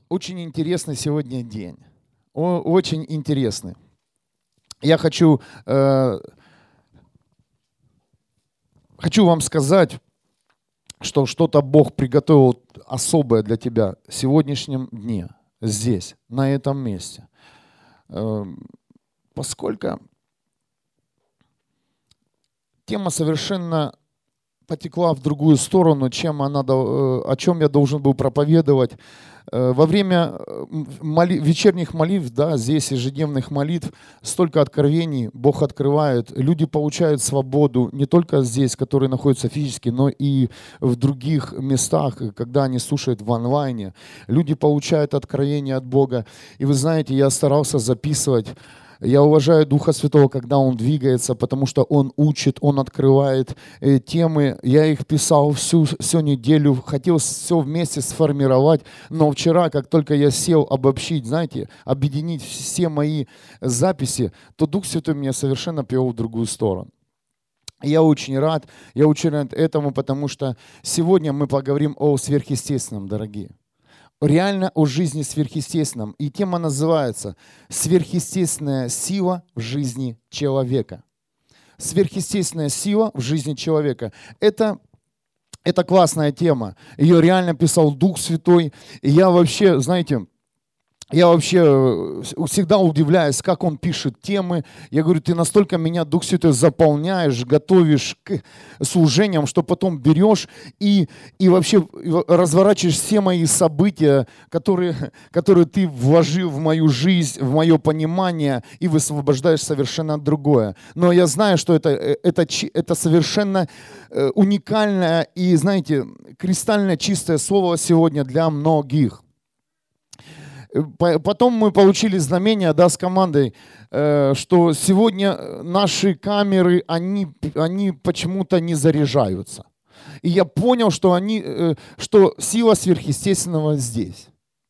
Очень интересный сегодня день. Очень интересный. Я хочу вам сказать, что что-то Бог приготовил особое для тебя в сегодняшнем дне, здесь, на этом месте. Поскольку тема совершенно потекла в другую сторону, о чем я должен был проповедовать. Во время вечерних молитв, да, здесь ежедневных молитв, столько откровений Бог открывает. Люди получают свободу не только здесь, которые находятся физически, но и в других местах, когда они слушают в онлайне. Люди получают откровения от Бога. И вы знаете, я старался записывать. Я уважаю Духа Святого, когда Он двигается, потому что Он учит, Он открывает темы. Я их писал всю неделю, хотел все вместе сформировать, но вчера, как только я сел обобщить, знаете, объединить все мои записи, то Дух Святой меня совершенно повел в другую сторону. Я очень рад этому, потому что сегодня мы поговорим о сверхъестественном, дорогие. Реально о жизни сверхъестественном. И тема называется «Сверхъестественная сила в жизни человека». Сверхъестественная сила в жизни человека. Это классная тема. Ее реально писал Дух Святой. И я вообще, знаете, всегда удивляюсь, как он пишет темы. Я говорю, ты настолько меня, Дух Святой, заполняешь, готовишь к служениям, что потом берешь и вообще разворачиваешь все мои события, которые ты вложил в мою жизнь, в мое понимание, и высвобождаешь совершенно другое. Но я знаю, что это совершенно уникальное и, знаете, кристально чистое слово сегодня для многих. Потом мы получили знамение, да, с командой, что сегодня наши камеры, они почему-то не заряжаются. И я понял, что сила сверхъестественного здесь.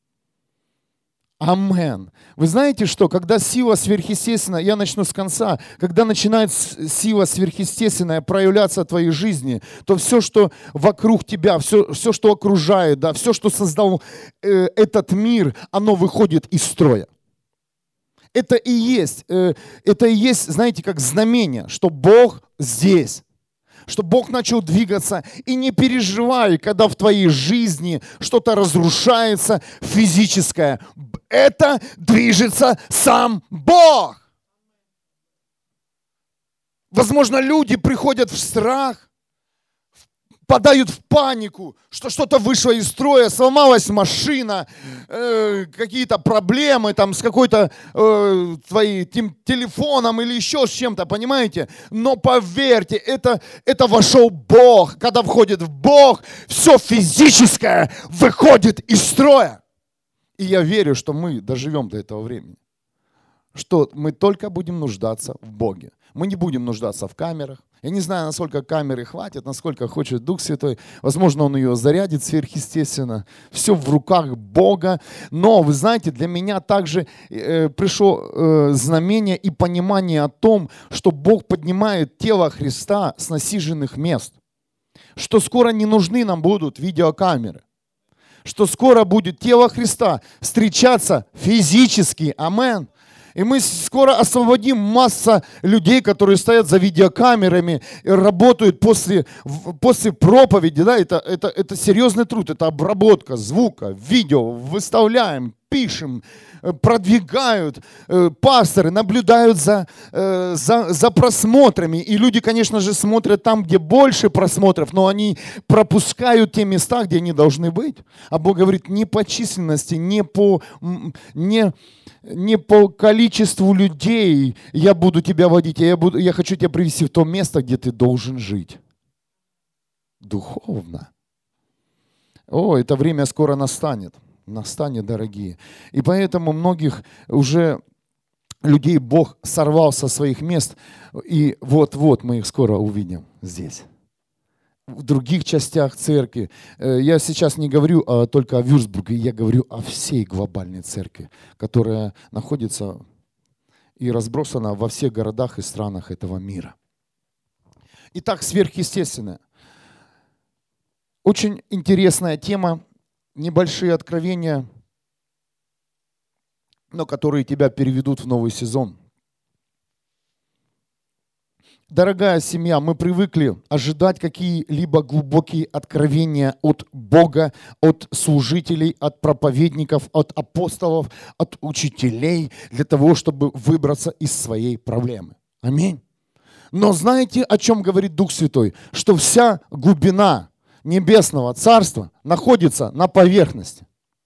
Амен. Вы знаете что, когда сила сверхъестественная, я начну с конца, когда начинает сила сверхъестественная проявляться в твоей жизни, то все, что вокруг тебя, все, что окружает, да, все, что создал этот мир, оно выходит из строя. Это и есть, знаете, как знамение, что Бог здесь. Что Бог начал двигаться, и не переживай, когда в твоей жизни что-то разрушается физическое. Это движется сам Бог. Возможно, люди приходят в страх, впадают в панику, что что-то вышло из строя, сломалась машина, какие-то проблемы там с какой-то твоим телефоном или еще с чем-то, понимаете? Но поверьте, это вошел Бог. Когда входит в Бог, все физическое выходит из строя. И я верю, что мы доживем до этого времени. Что мы только будем нуждаться в Боге. Мы не будем нуждаться в камерах. Я не знаю, насколько камеры хватит, насколько хочет Дух Святой. Возможно, Он ее зарядит сверхъестественно. Все в руках Бога. Но, вы знаете, для меня также пришло знамение и понимание о том, что Бог поднимает тело Христа с насиженных мест. Что скоро не нужны нам будут видеокамеры. Что скоро будет тело Христа встречаться физически. Амен. И мы скоро освободим массу людей, которые стоят за видеокамерами, и работают после проповеди. Да? Это серьезный труд, это обработка звука, видео, выставляем, пишем, продвигают, пасторы наблюдают за просмотрами. И люди, конечно же, смотрят там, где больше просмотров, но они пропускают те места, где они должны быть. А Бог говорит, не по численности, не по количеству людей я буду тебя водить, я хочу тебя привести в то место, где ты должен жить. Духовно. Это время скоро настанет. Настанет, дорогие. И поэтому многих уже людей Бог сорвал со своих мест. И вот-вот мы их скоро увидим здесь. В других частях церкви. Я сейчас не говорю только о Вюрцбурге, я говорю о всей глобальной церкви, которая находится и разбросана во всех городах и странах этого мира. Итак, сверхъестественное. Очень интересная тема, небольшие откровения. но которые тебя переведут в новый сезон. Дорогая семья, мы привыкли ожидать какие-либо глубокие откровения от Бога, от служителей, от проповедников, от апостолов, от учителей для того, чтобы выбраться из своей проблемы. Аминь. Но знаете, о чем говорит Дух Святой? Что вся глубина небесного царства находится на поверхности.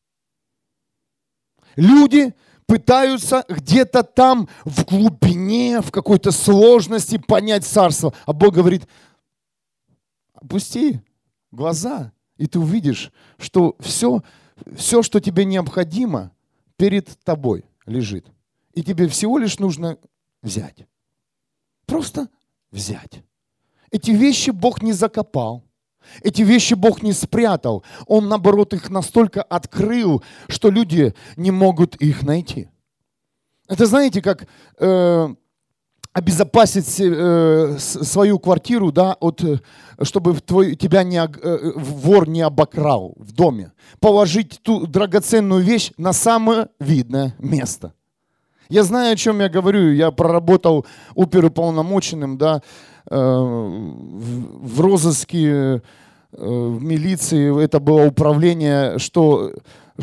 Люди пытаются где-то там в глубине, в какой-то сложности понять царство. А Бог говорит, опусти глаза, и ты увидишь, что все, что тебе необходимо, перед тобой лежит. И тебе всего лишь нужно взять. Просто взять. Эти вещи Бог не закопал. Эти вещи Бог не спрятал. Он, наоборот, их настолько открыл, что люди не могут их найти. Это знаете, как обезопасить свою квартиру, да, чтобы тебя вор не обокрал в доме. Положить ту драгоценную вещь на самое видное место. Я знаю, о чем я говорю. Я проработал оперуполномоченным, да, в розыске, в милиции. Это было управление, что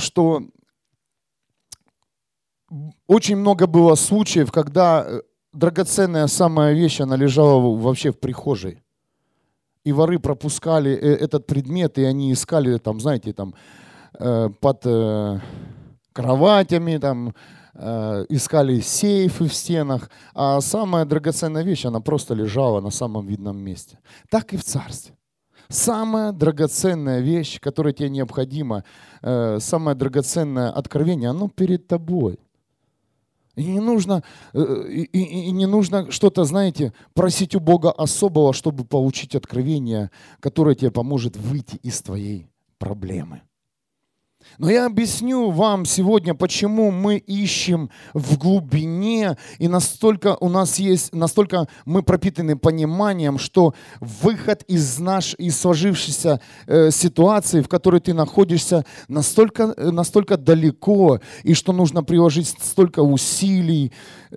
очень много было случаев, когда драгоценная самая вещь, она лежала вообще в прихожей. И воры пропускали этот предмет, и они искали, там, знаете, там, под кроватями, там, искали сейфы в стенах, а самая драгоценная вещь, она просто лежала на самом видном месте. Так и в царстве. Самая драгоценная вещь, которая тебе необходима, самое драгоценное откровение, оно перед тобой. И не нужно что-то, знаете, просить у Бога особого, чтобы получить откровение, которое тебе поможет выйти из твоей проблемы. Но я объясню вам сегодня, почему мы ищем в глубине, и настолько мы пропитаны пониманием, что выход из сложившейся ситуации, в которой ты находишься, настолько далеко, и что нужно приложить столько усилий,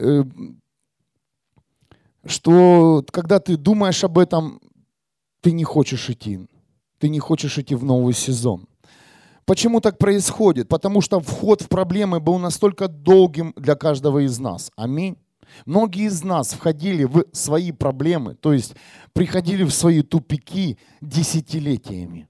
что когда ты думаешь об этом, ты не хочешь идти в новый сезон. Почему так происходит? Потому что вход в проблемы был настолько долгим для каждого из нас. Аминь. Многие из нас входили в свои проблемы, то есть приходили в свои тупики десятилетиями.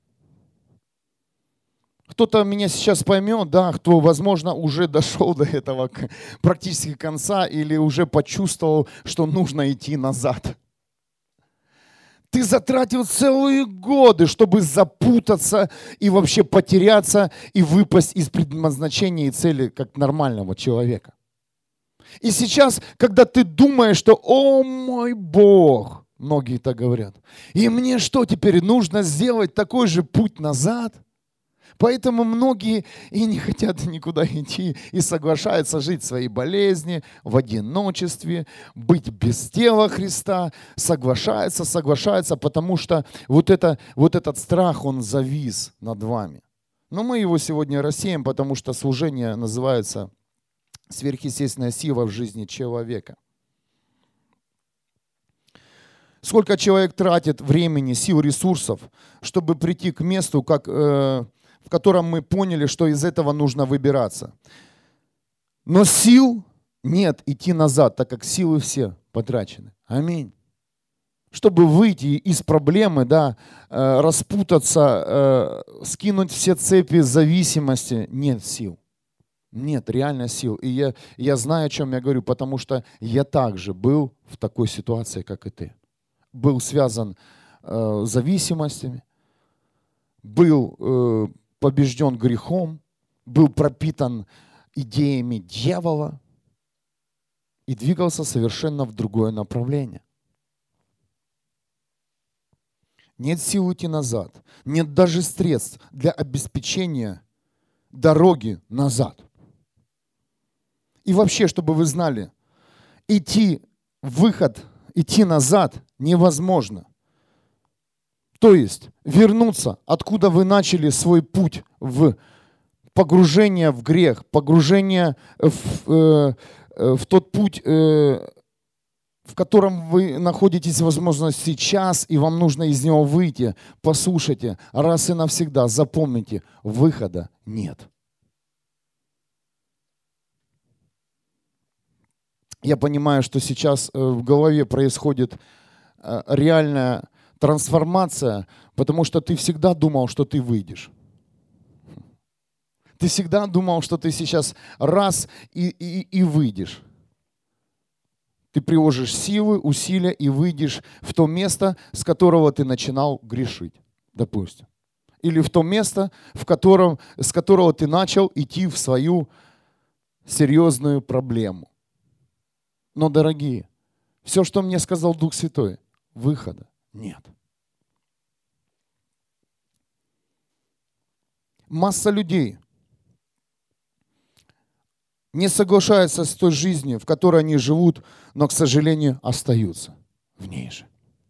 Кто-то меня сейчас поймет, да, кто, возможно, уже дошел до этого практически конца или уже почувствовал, что нужно идти назад. Ты затратил целые годы, чтобы запутаться и вообще потеряться и выпасть из предназначения и цели как нормального человека. И сейчас, когда ты думаешь, что «О мой Бог», многие так говорят, и мне что теперь, нужно сделать такой же путь назад? Поэтому многие и не хотят никуда идти и соглашаются жить в своей болезни, в одиночестве, быть без тела Христа, соглашаются, потому что вот этот страх, он завис над вами. Но мы его сегодня рассеем, потому что служение называется «Сверхъестественная сила в жизни человека». Сколько человек тратит времени, сил, ресурсов, чтобы прийти к месту, в котором мы поняли, что из этого нужно выбираться. Но сил нет идти назад, так как силы все потрачены. Аминь. Чтобы выйти из проблемы, да, распутаться, скинуть все цепи зависимости, нет сил. Нет реально сил. И я знаю, о чем я говорю, потому что я также был в такой ситуации, как и ты. Был связан с зависимостями, был побежден грехом, был пропитан идеями дьявола и двигался совершенно в другое направление. Нет сил идти назад, нет даже средств для обеспечения дороги назад. И вообще, чтобы вы знали, идти назад невозможно. То есть вернуться, откуда вы начали свой путь в погружение в грех, погружение в тот путь, в котором вы находитесь, возможно, сейчас, и вам нужно из него выйти. Послушайте, раз и навсегда запомните, выхода нет. Я понимаю, что сейчас в голове происходит реальная трансформация, потому что ты всегда думал, что ты выйдешь. Ты всегда думал, что ты сейчас раз и выйдешь. Ты приложишь силы, усилия и выйдешь в то место, с которого ты начинал грешить, допустим. Или в то место, с которого ты начал идти в свою серьезную проблему. Но, дорогие, все, что мне сказал Дух Святой, выхода нет. Масса людей не соглашаются с той жизнью, в которой они живут, но, к сожалению, остаются в ней же.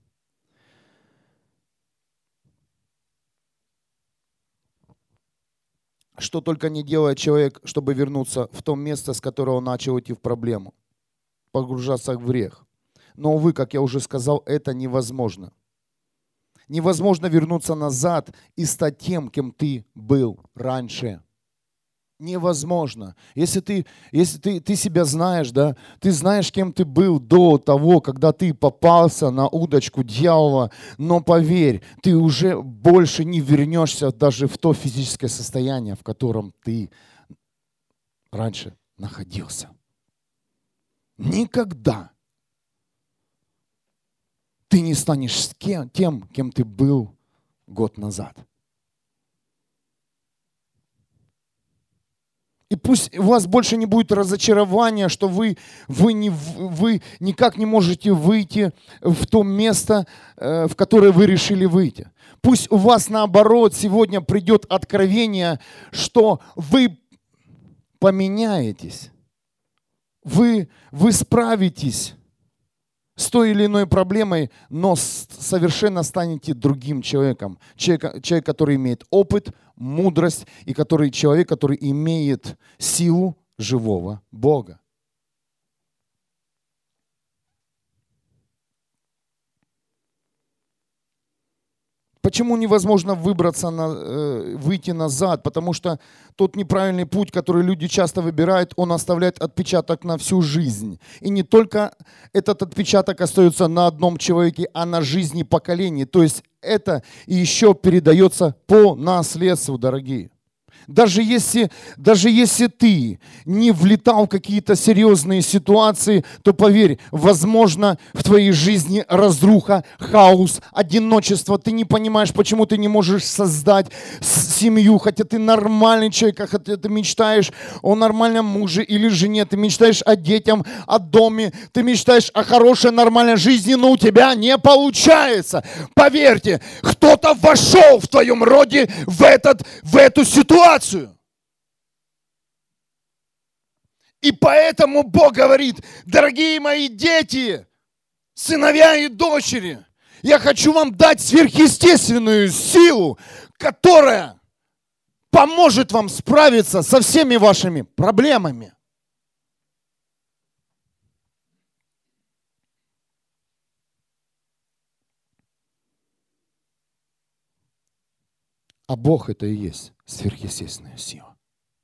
Что только не делает человек, чтобы вернуться в то место, с которого он начал идти в проблему, погружаться в грех. Но, увы, как я уже сказал, это невозможно. Невозможно вернуться назад и стать тем, кем ты был раньше. Невозможно. Если ты себя знаешь, да, ты знаешь, кем ты был до того, когда ты попался на удочку дьявола, но поверь, ты уже больше не вернешься даже в то физическое состояние, в котором ты раньше находился. Никогда ты не станешь тем, кем ты был год назад. И пусть у вас больше не будет разочарования, что вы никак не можете выйти в то место, в которое вы решили выйти. Пусть у вас наоборот сегодня придет откровение, что вы поменяетесь, вы справитесь с той или иной проблемой, но совершенно станете другим человеком. Человек, который имеет опыт, мудрость, и человек, который имеет силу живого Бога. Почему невозможно выйти назад? Потому что тот неправильный путь, который люди часто выбирают, он оставляет отпечаток на всю жизнь. И не только этот отпечаток остается на одном человеке, а на жизни поколений. То есть это еще передается по наследству, дорогие. Даже если ты не влетал в какие-то серьезные ситуации, то поверь, возможно, в твоей жизни разруха, хаос, одиночество. Ты не понимаешь, почему ты не можешь создать семью, хотя ты нормальный человек, хотя ты мечтаешь о нормальном муже или жене, ты мечтаешь о детях, о доме, ты мечтаешь о хорошей, нормальной жизни, но у тебя не получается. Поверьте, кто-то вошел в твоем роде в эту ситуацию. И поэтому Бог говорит: дорогие мои дети, сыновья и дочери, я хочу вам дать сверхъестественную силу, которая поможет вам справиться со всеми вашими проблемами. А Бог это и есть сверхъестественная сила.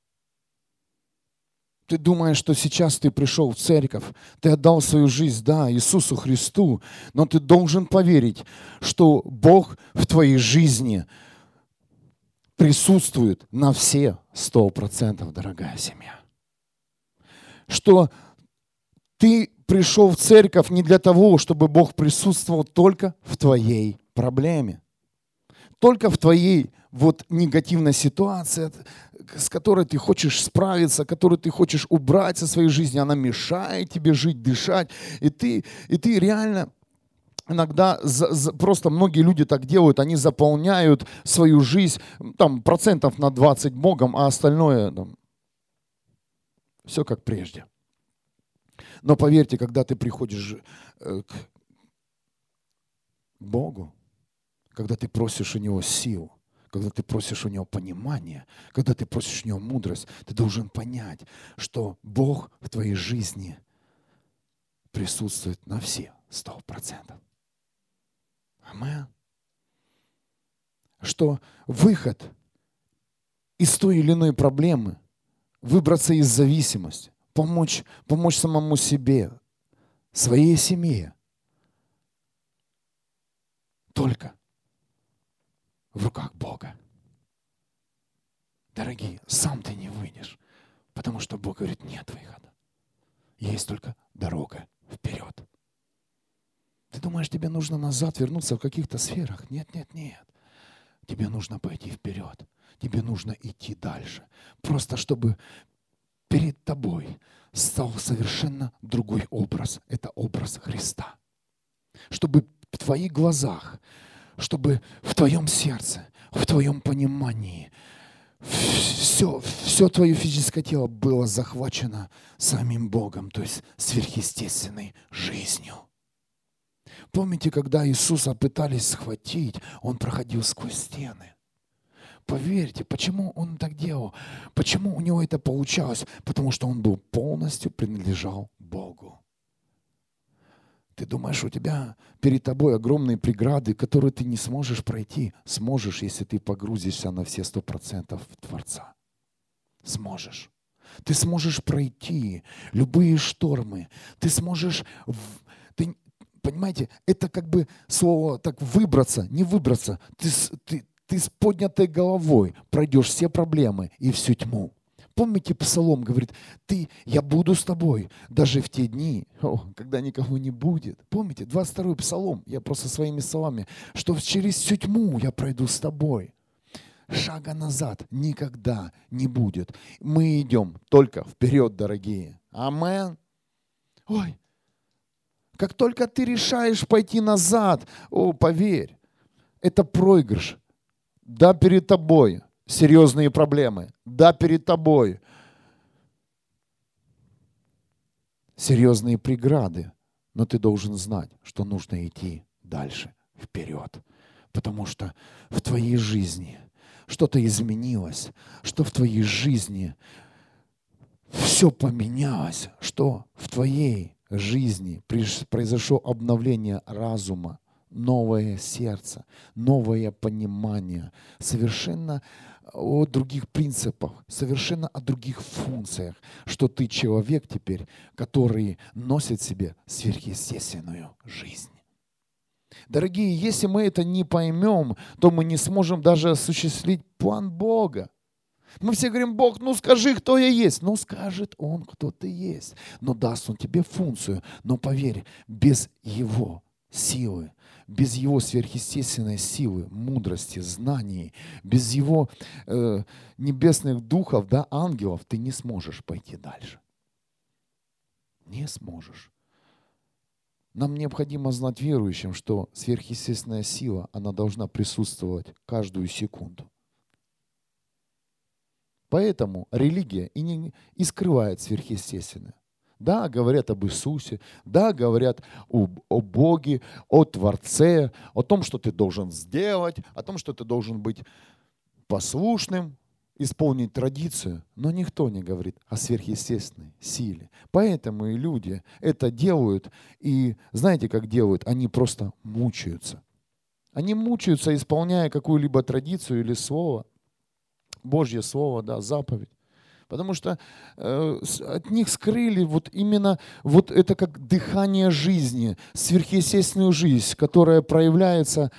Ты думаешь, что сейчас ты пришел в церковь, ты отдал свою жизнь, да, Иисусу Христу, но ты должен поверить, что Бог в твоей жизни присутствует на все 100%, дорогая семья. Что ты пришел в церковь не для того, чтобы Бог присутствовал только в твоей проблеме, только в твоей негативной ситуации, с которой ты хочешь справиться, которую ты хочешь убрать со своей жизни, она мешает тебе жить, дышать. И ты реально иногда, просто многие люди так делают, они заполняют свою жизнь там, процентов на 20 Богом, а остальное все как прежде. Но поверьте, когда ты приходишь к Богу, когда ты просишь у Него сил, когда ты просишь у Него понимания, когда ты просишь у Него мудрость, ты должен понять, что Бог в твоей жизни присутствует на все 100%. Аминь. Что выход из той или иной проблемы, выбраться из зависимости, помочь самому себе, своей семье, только в руках Бога. Дорогие, сам ты не выйдешь, потому что Бог говорит, нет выхода. Есть только дорога вперед. Ты думаешь, тебе нужно назад вернуться в каких-то сферах? Нет, нет, нет. Тебе нужно пойти вперед. Тебе нужно идти дальше. Просто чтобы перед тобой стал совершенно другой образ. Это образ Христа. Чтобы в твоих глазах, чтобы в твоем сердце, в твоем понимании все твое физическое тело было захвачено самим Богом, то есть сверхъестественной жизнью. Помните, когда Иисуса пытались схватить, Он проходил сквозь стены. Поверьте, почему Он так делал? Почему у Него это получалось? Потому что Он был полностью принадлежал Богу. Ты думаешь, у тебя перед тобой огромные преграды, которые ты не сможешь пройти? Сможешь, если ты погрузишься на все 100% в Творца. Сможешь. Ты сможешь пройти любые штормы. Ты сможешь... Понимаете, это как бы слово так выбраться, не выбраться. Ты с поднятой головой пройдешь все проблемы и всю тьму. Помните, Псалом говорит, я буду с тобой даже в те дни, когда никого не будет. Помните, 22-й Псалом, я просто своими словами, что через всю тьму я пройду с тобой. Шага назад никогда не будет. Мы идем только вперед, дорогие. Амин. Ой, как только ты решаешь пойти назад, поверь, это проигрыш. Да, перед тобой серьезные проблемы. Да, перед тобой серьезные преграды. Но ты должен знать, что нужно идти дальше, вперед. Потому что в твоей жизни что-то изменилось, что в твоей жизни все поменялось, что в твоей жизни произошло обновление разума, новое сердце, новое понимание, совершенно о других принципах, совершенно о других функциях, что ты человек теперь, который носит в себе сверхъестественную жизнь. Дорогие, если мы это не поймем, то мы не сможем даже осуществить план Бога. Мы все говорим, Бог, скажи, кто я есть. Скажет Он, кто ты есть. Но даст Он тебе функцию. Но поверь, без Его силы, без Его сверхъестественной силы, мудрости, знаний, без Его небесных духов, ангелов, ты не сможешь пойти дальше. Не сможешь. Нам необходимо знать верующим, что сверхъестественная сила, она должна присутствовать каждую секунду. Поэтому религия и скрывает сверхъестественное. Да, говорят об Иисусе, да, говорят о Боге, о Творце, о том, что ты должен сделать, о том, что ты должен быть послушным, исполнить традицию, но никто не говорит о сверхъестественной силе. Поэтому и люди это делают, и знаете, как делают? Они просто мучаются. Они мучаются, исполняя какую-либо традицию или слово, Божье слово, заповедь. Потому что от них скрыли именно это как дыхание жизни, сверхъестественную жизнь, которая проявляется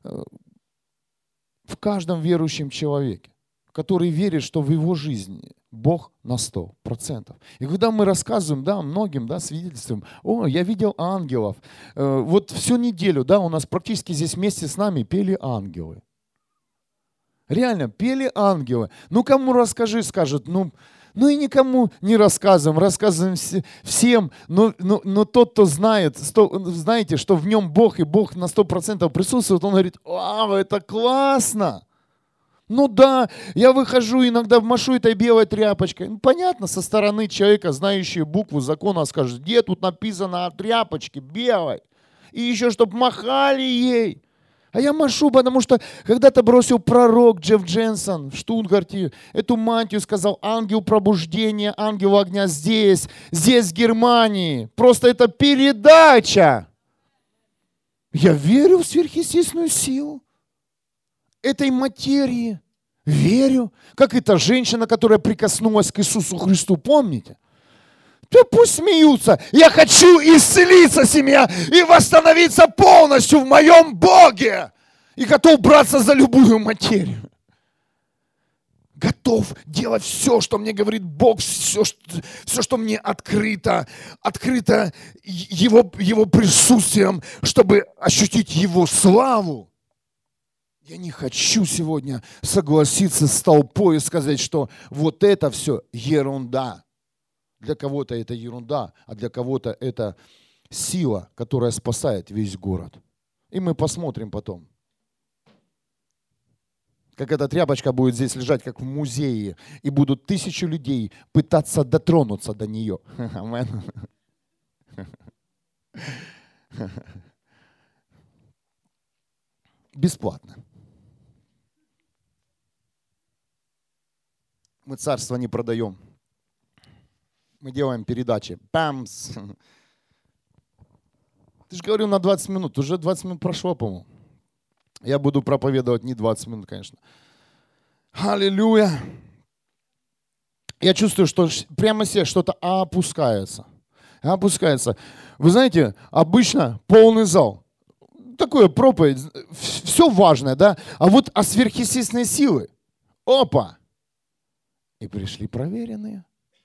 в каждом верующем человеке, который верит, что в его жизни Бог на 100%. И когда мы рассказываем, многим, свидетельствуем, я видел ангелов. Всю неделю, у нас практически здесь вместе с нами пели ангелы. Реально, пели ангелы. Кому расскажи, скажут, и никому не рассказываем, рассказываем всем, но тот, кто знает, знаете, что в нем Бог, и Бог на 100% присутствует, он говорит, это классно. Я выхожу иногда, машу этой белой тряпочкой. Понятно, со стороны человека, знающего букву закона, скажет, где тут написано о тряпочке белой? И еще, чтобы махали ей. А я машу, потому что когда-то бросил пророк Джефф Дженсон в Штутгарте эту мантию, сказал: ангел пробуждения, ангел огня здесь, в Германии. Просто это передача. Я верю в сверхъестественную силу этой материи. Верю. Как эта женщина, которая прикоснулась к Иисусу Христу, помните? Да пусть смеются. Я хочу исцелиться, семья, и восстановиться полностью в моем Боге. И готов браться за любую материю. Готов делать все, что мне говорит Бог, все, что мне открыто его присутствием, чтобы ощутить Его славу. Я не хочу сегодня согласиться с толпой и сказать, что вот это все ерунда. Для кого-то это ерунда, а для кого-то это сила, которая спасает весь город. И мы посмотрим потом, как эта тряпочка будет здесь лежать, как в музее, и будут 1000 людей пытаться дотронуться до нее. Бесплатно. Мы царство не продаем. Мы делаем передачи. Памс. Ты же говорил на 20 минут. Уже 20 минут прошло, по-моему. Я буду проповедовать не 20 минут, конечно. Аллилуйя. Я чувствую, что прямо себе что-то опускается. Опускается. Вы знаете, обычно полный зал. Такое проповедь. Все важное, да? А вот о сверхъестественной силы. Опа! И пришли проверенные.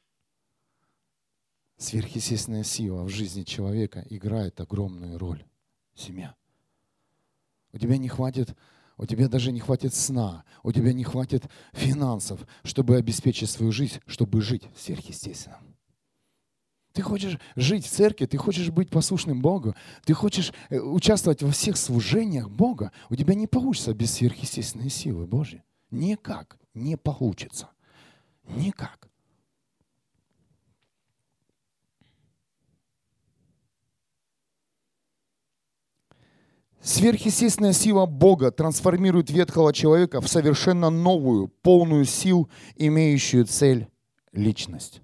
Сверхъестественная сила в жизни человека играет огромную роль. Семья. У тебя даже не хватит сна, у тебя не хватит финансов, чтобы обеспечить свою жизнь, чтобы жить сверхъестественно. Ты хочешь жить в церкви, ты хочешь быть послушным Богу, ты хочешь участвовать во всех служениях Бога, у тебя не получится без сверхъестественной силы Божьей. Никак не получится. Никак. Сверхъестественная сила Бога трансформирует ветхого человека в совершенно новую, полную сил, имеющую цель – личность.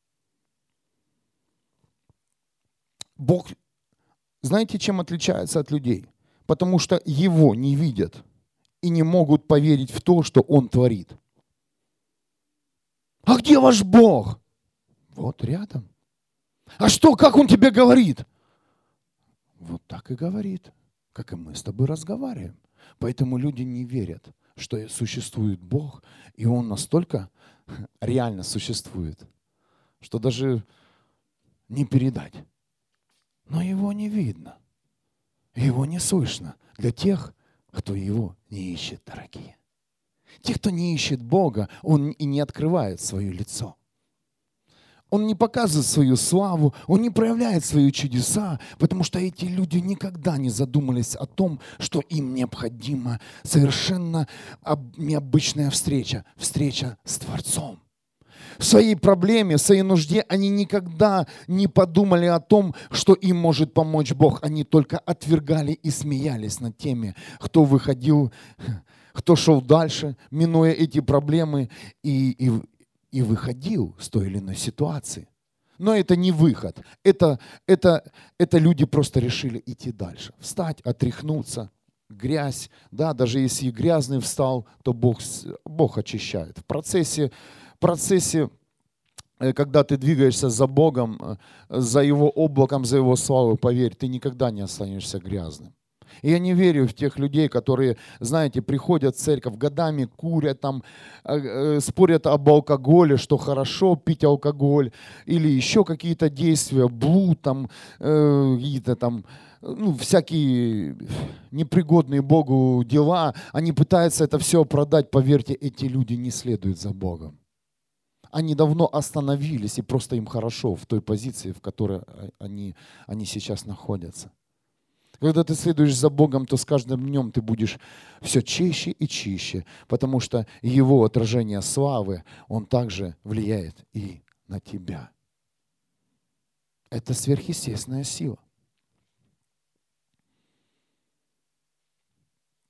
Бог, знаете, чем отличается от людей? Потому что Его не видят и не могут поверить в то, что Он творит. А где ваш Бог? Вот рядом. А что, как Он тебе говорит? Вот так и говорит. Как и мы с тобой разговариваем. Поэтому люди не верят, что существует Бог, и Он настолько реально существует, что даже не передать. Но Его не видно, Его не слышно для тех, кто Его не ищет, дорогие. Те, кто не ищет Бога, Он и не открывает свое лицо. Он не показывает свою славу, он не проявляет свои чудеса, потому что эти люди никогда не задумались о том, что им необходима совершенно необычная встреча с Творцом. В своей проблеме, в своей нужде они никогда не подумали о том, что им может помочь Бог. Они только отвергали и смеялись над теми, кто выходил, кто шел дальше, минуя эти проблемы и выходил с той или иной ситуации. Но это не выход. Это люди просто решили идти дальше. Встать, отряхнуться, грязь. Да, даже если грязный встал, то Бог очищает. В процессе, когда ты двигаешься за Богом, за Его облаком, за Его славой, поверь, ты никогда не останешься грязным. И я не верю в тех людей, которые, знаете, приходят в церковь, годами курят, там, спорят об алкоголе, что хорошо пить алкоголь, или еще какие-то действия, блуд, там, какие-то там, всякие непригодные Богу дела. Они пытаются это все продать. Поверьте, эти люди не следуют за Богом. Они давно остановились, и просто им хорошо в той позиции, в которой они сейчас находятся. Когда ты следуешь за Богом, то с каждым днем ты будешь все чище и чище, потому что Его отражение славы, Он также влияет и на тебя. Это сверхъестественная сила.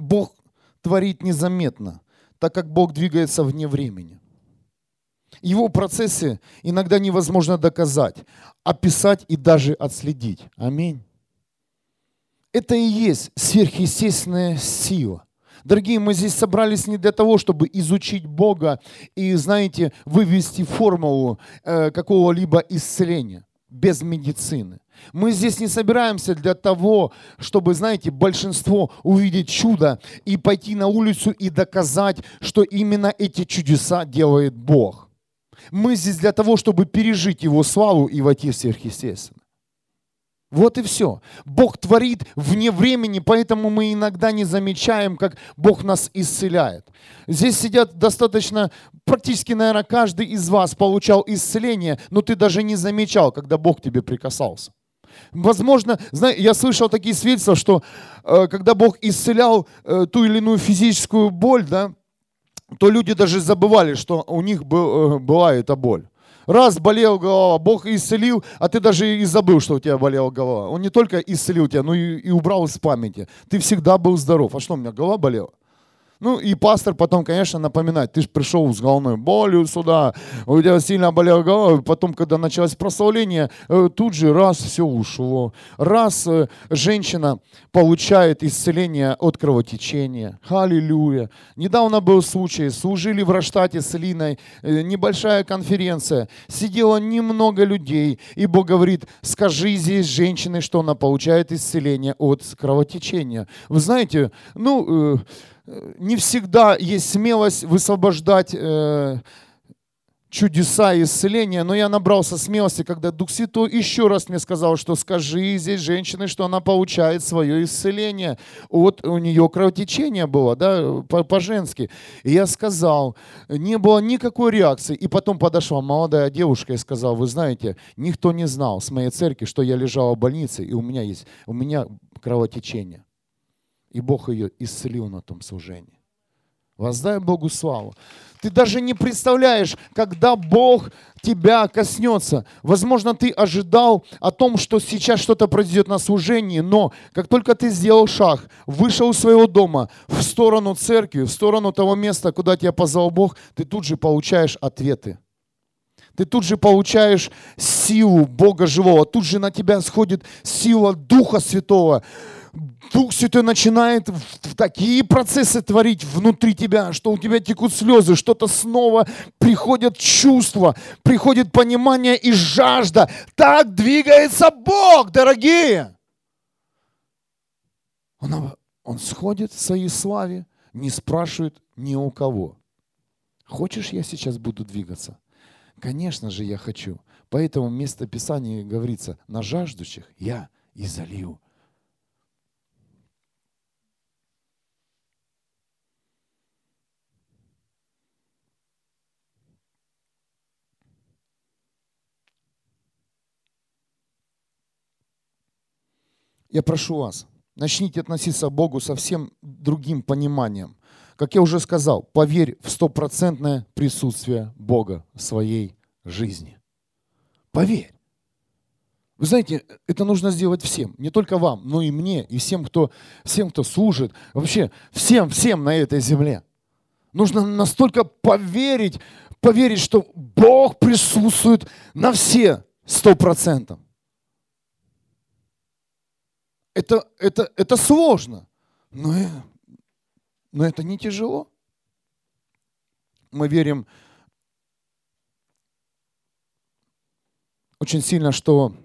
Бог творит незаметно, так как Бог двигается вне времени. Его процессы иногда невозможно доказать, описать и даже отследить. Аминь. Это и есть сверхъестественная сила. Дорогие, мы здесь собрались не для того, чтобы изучить Бога и, знаете, вывести формулу какого-либо исцеления без медицины. Мы здесь не собираемся для того, чтобы, знаете, большинство увидеть чудо и пойти на улицу и доказать, что именно эти чудеса делает Бог. Мы здесь для того, чтобы пережить Его славу и войти в сверхъестественное. Вот и все. Бог творит вне времени, поэтому мы иногда не замечаем, как Бог нас исцеляет. Здесь сидят достаточно, практически, наверное, каждый из вас получал исцеление, но ты даже не замечал, когда Бог к тебе прикасался. Возможно, я слышал такие свидетельства, что когда Бог исцелял ту или иную физическую боль, да, то люди даже забывали, что у них была эта боль. Раз болела голова, Бог исцелил, а ты даже и забыл, что у тебя болела голова. Он не только исцелил тебя, но и убрал из памяти. Ты всегда был здоров. А что, у меня голова болела? Ну и пастор потом, конечно, напоминает, ты же пришел с головной болью сюда, у тебя сильно болела голова, потом, когда началось прославление, тут же раз все ушло. Раз женщина получает исцеление от кровотечения. Аллилуйя. Недавно был случай, служили в Раштате с Линой, небольшая конференция, сидело немного людей, и Бог говорит, скажи здесь женщине, что она получает исцеление от кровотечения. Вы знаете, не всегда есть смелость высвобождать чудеса и исцеления, но я набрался смелости, когда Дух Святой еще раз мне сказал, что скажи здесь женщине, что она получает свое исцеление. Вот у нее кровотечение было, да, по-женски. И я сказал, не было никакой реакции. И потом подошла молодая девушка и сказала, вы знаете, никто не знал с моей церкви, что я лежала в больнице, и у меня кровотечение. И Бог ее исцелил на том служении. Воздай Богу славу. Ты даже не представляешь, когда Бог тебя коснется. Возможно, ты ожидал о том, что сейчас что-то произойдет на служении, но как только ты сделал шаг, вышел из своего дома в сторону церкви, в сторону того места, куда тебя позвал Бог, ты тут же получаешь ответы. Ты тут же получаешь силу Бога живого. Тут же на тебя сходит сила Духа Святого. Дух Святой начинает такие процессы творить внутри тебя, что у тебя текут слезы, что-то снова приходят чувства, приходит понимание и жажда. Так двигается Бог, дорогие! Он сходит в своей славе, не спрашивает ни у кого. Хочешь, я сейчас буду двигаться? Конечно же, я хочу. Поэтому место Писания говорится, на жаждущих я и залью. Я прошу вас, начните относиться к Богу совсем другим пониманием. Как я уже сказал, поверь в 100% присутствие Бога в своей жизни. Поверь. Вы знаете, это нужно сделать всем, не только вам, но и мне, и всем, кто служит, вообще всем на этой земле. Нужно настолько поверить, что Бог присутствует на все 100%. Это сложно, но это не тяжело. Мы верим очень сильно, что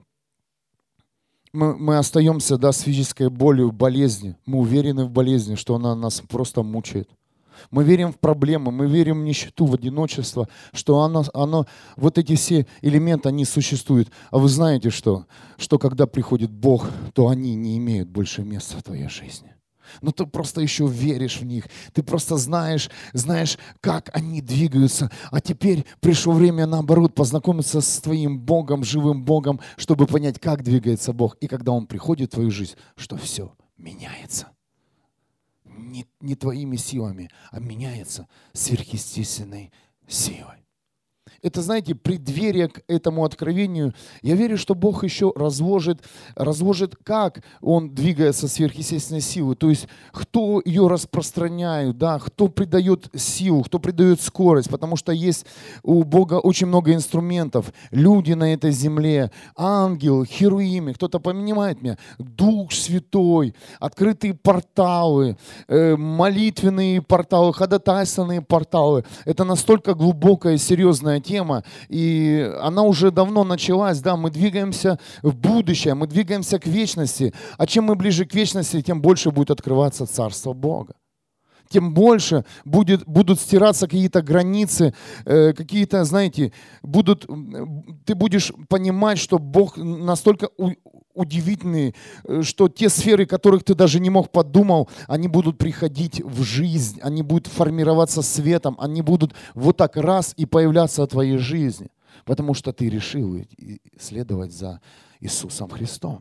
мы остаемся с физической болью, болезнью. Мы уверены в болезни, что она нас просто мучает. Мы верим в проблемы, мы верим в нищету, в одиночество, что вот эти все элементы, они существуют. А вы знаете, что когда приходит Бог, то они не имеют больше места в твоей жизни. Но ты просто еще веришь в них, ты просто знаешь, как они двигаются. А теперь пришло время, наоборот, познакомиться с твоим Богом, живым Богом, чтобы понять, как двигается Бог. И когда Он приходит в твою жизнь, что все меняется. Не твоими силами, а меняется сверхъестественной силой. это, знаете, преддверие к этому откровению. Я верю, что Бог еще разложит, как Он двигается сверхъестественной силой. То есть, кто ее распространяет, да, кто придает силу, кто придает скорость. Потому что есть у Бога очень много инструментов. Люди на этой земле, ангелы, херувимы, кто-то понимает меня, Дух Святой, открытые порталы, молитвенные порталы, ходатайственные порталы. Это настолько глубокая и серьезная тема, и она уже давно началась, да, мы двигаемся в будущее, мы двигаемся к вечности, а чем мы ближе к вечности, тем больше будет открываться Царство Бога. Тем больше будут стираться какие-то границы, какие-то, знаете, ты будешь понимать, что Бог настолько удивительный, что те сферы, которых ты даже не мог подумал, они будут приходить в жизнь, они будут формироваться светом, они будут вот так раз и появляться в твоей жизни, потому что ты решил следовать за Иисусом Христом.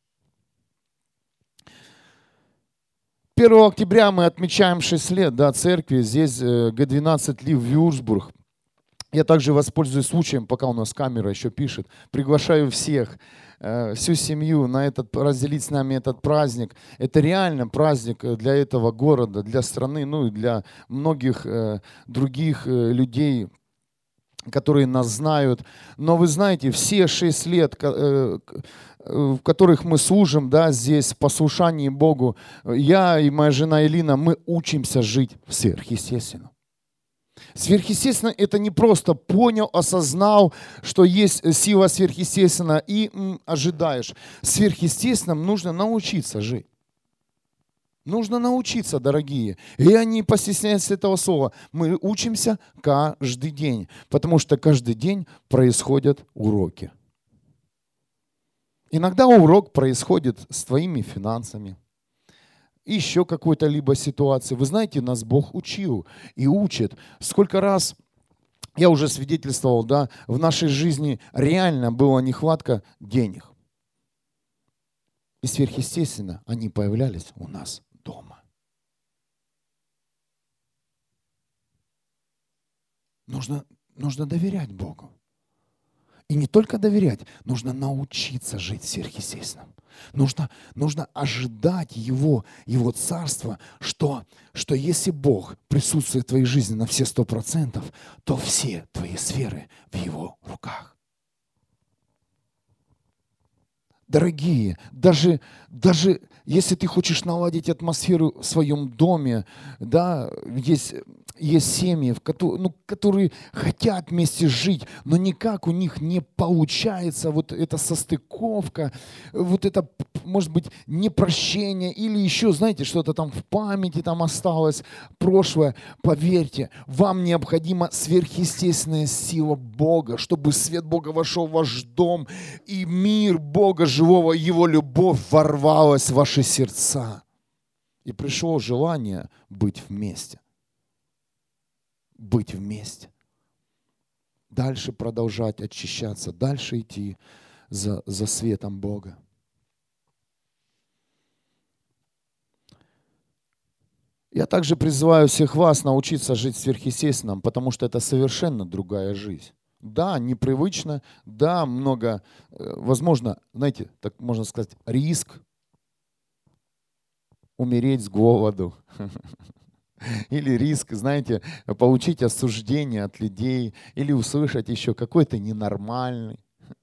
1 октября мы отмечаем 6 лет, да, церкви. Здесь Г12 Лив Вюрцбург. Я также воспользуюсь случаем, пока у нас камера еще пишет. Приглашаю всех, всю семью разделить с нами этот праздник. Это реально праздник для этого города, для страны, ну и для многих других людей, которые нас знают. Но вы знаете, все 6 лет, в которых мы служим, да, здесь, в послушании Богу, я и моя жена Элина, мы учимся жить сверхъестественно. Сверхъестественно – это не просто понял, осознал, что есть сила сверхъестественная и ожидаешь. Сверхъестественным нужно научиться жить. Нужно научиться, дорогие. И я не постесняюсь этого слова. Мы учимся каждый день, потому что каждый день происходят уроки. Иногда урок происходит с твоими финансами, еще какой-то либо ситуации. Вы знаете, нас Бог учил и учит. Сколько раз я уже свидетельствовал, да, в нашей жизни реально была нехватка денег. И сверхъестественно они появлялись у нас дома. Нужно доверять Богу. И не только доверять, нужно научиться жить сверхъестественным. Нужно ожидать Его Царства, что если Бог присутствует в твоей жизни на все 100%, то все твои сферы в Его руках. Дорогие, даже если ты хочешь наладить атмосферу в своем доме, да, есть семьи, которые хотят вместе жить, но никак у них не получается вот эта состыковка, вот это, может быть, непрощение или еще, знаете, что-то там в памяти там осталось, прошлое. Поверьте, вам необходима сверхъестественная сила Бога, чтобы свет Бога вошел в ваш дом, и мир Бога живого, Его любовь ворвалась в ваши сердца. И пришло желание быть вместе. Быть вместе. Дальше продолжать очищаться, дальше идти за светом Бога. Я также призываю всех вас научиться жить сверхъестественным, потому что это совершенно другая жизнь. Да, непривычно, да, много, возможно, знаете, так можно сказать, риск умереть с голоду. Или риск, знаете, получить осуждение от людей, или услышать еще какой ты ненормальный.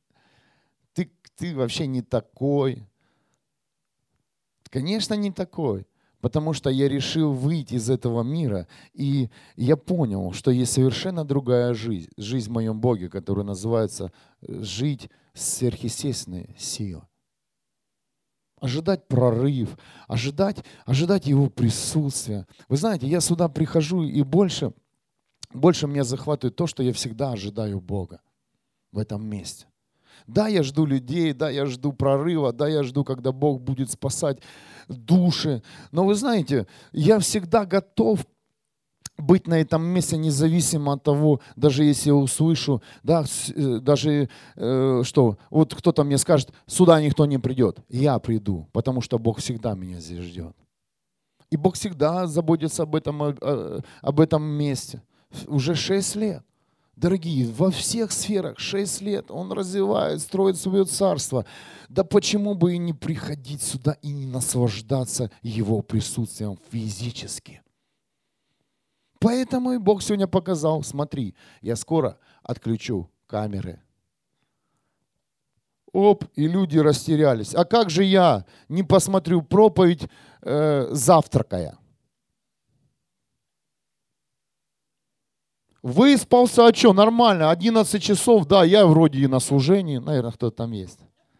Ты вообще не такой. Конечно, не такой. Потому что я решил выйти из этого мира, и я понял, что есть совершенно другая жизнь. Жизнь в моем Боге, которая называется «жить сверхъестественной силой». Ожидать прорыв, ожидать Его присутствия. Вы знаете, я сюда прихожу, и больше меня захватывает то, что я всегда ожидаю Бога в этом месте. Да, я жду людей, да, я жду прорыва, да, я жду, когда Бог будет спасать души. Но вы знаете, я всегда готов быть на этом месте независимо от того, даже если я услышу, да, даже что, вот кто-то мне скажет, сюда никто не придет. Я приду, потому что Бог всегда меня здесь ждет. И Бог всегда заботится об этом месте. Уже 6 лет. Дорогие, во всех сферах 6 лет он развивает, строит свое царство. Да почему бы и не приходить сюда и не наслаждаться его присутствием физически? Поэтому и Бог сегодня показал, смотри, я скоро отключу камеры. Оп, и люди растерялись. А как же я не посмотрю проповедь завтракая? Выспался, а что, нормально, 11 часов, да, я вроде и на служении, наверное, кто-то там есть.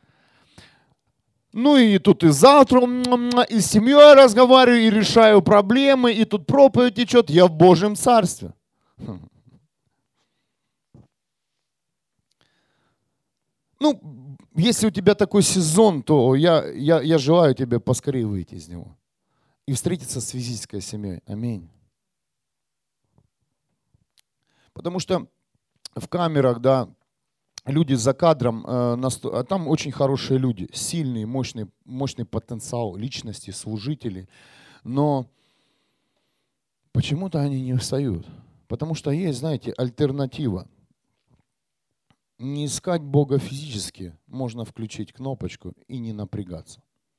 Ну и тут и завтра, и с семьей разговариваю, и решаю проблемы, и тут проповедь течет, я в Божьем Царстве. Ну, если у тебя такой сезон, то я желаю тебе поскорее выйти из него и встретиться с физической семьей. Аминь. Потому что в камерах, да, люди за кадром, а там очень хорошие люди, сильные, мощный потенциал личности, служители. Но почему-то они не встают. Потому что есть, знаете, альтернатива. Не искать Бога физически, можно включить кнопочку и не напрягаться.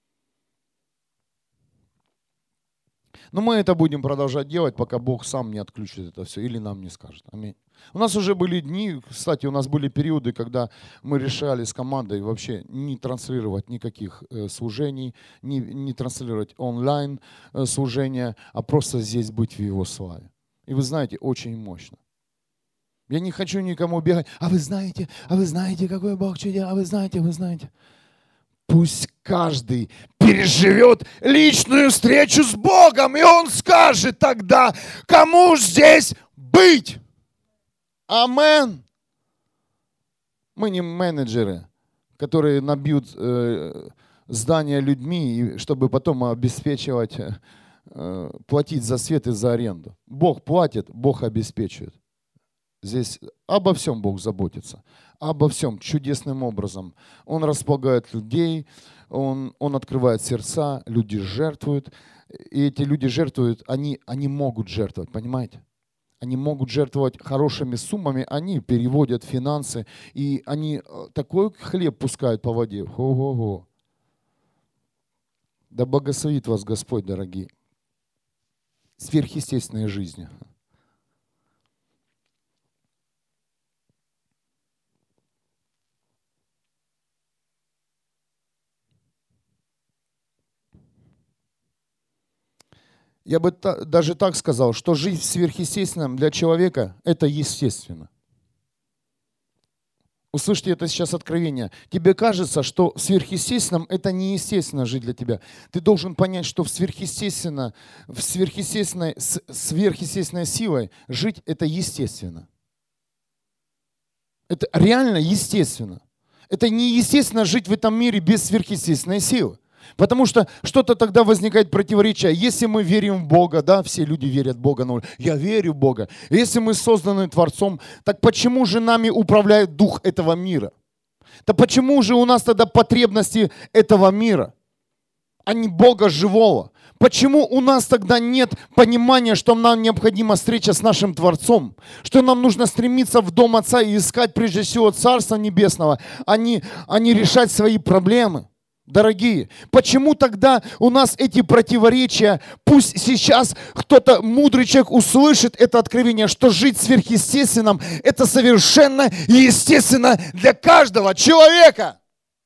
Но мы это будем продолжать делать, пока Бог сам не отключит это все или нам не скажет. Аминь. У нас уже были дни, кстати, у нас были периоды, когда мы решали с командой вообще не транслировать никаких служений, не транслировать онлайн служения, а просто здесь быть в Его славе. И вы знаете, очень мощно. Я не хочу никому бегать. А вы знаете, какой Бог чудес, а вы знаете. Пусть каждый переживет личную встречу с Богом, и он скажет тогда, кому здесь быть. Амен. Мы не менеджеры, которые набьют здания людьми, чтобы потом обеспечивать, платить за свет и за аренду. Бог платит, Бог обеспечивает. Здесь обо всем Бог заботится. Обо всем чудесным образом. Он располагает людей, он открывает сердца, люди жертвуют. И эти люди жертвуют, они могут жертвовать, понимаете? Они могут жертвовать хорошими суммами, они переводят финансы, и они такой хлеб пускают по воде. Ого-го. Да благословит вас Господь, дорогие. Сверхъестественной жизни. Я бы даже так сказал, что жизнь в сверхъестественном для человека – это естественно. Услышьте это сейчас откровение. Тебе кажется, что в сверхъестественном это неестественно жить для тебя. Ты должен понять, что в сверхъестественной силой жить это естественно. Это реально естественно. Это неестественно жить в этом мире без сверхъестественной силы. Потому что что-то тогда возникает противоречие. Если мы верим в Бога, да, все люди верят в Бога, но я верю в Бога. Если мы созданы Творцом, так почему же нами управляет дух этого мира? Да почему же у нас тогда потребности этого мира, а не Бога живого? Почему у нас тогда нет понимания, что нам необходима встреча с нашим Творцом? Что нам нужно стремиться в Дом Отца и искать прежде всего Царства Небесного, а не решать свои проблемы? Дорогие, почему тогда у нас эти противоречия? Пусть сейчас кто-то, мудрый человек, услышит это откровение, что жить сверхъестественным – это совершенно естественно для каждого человека.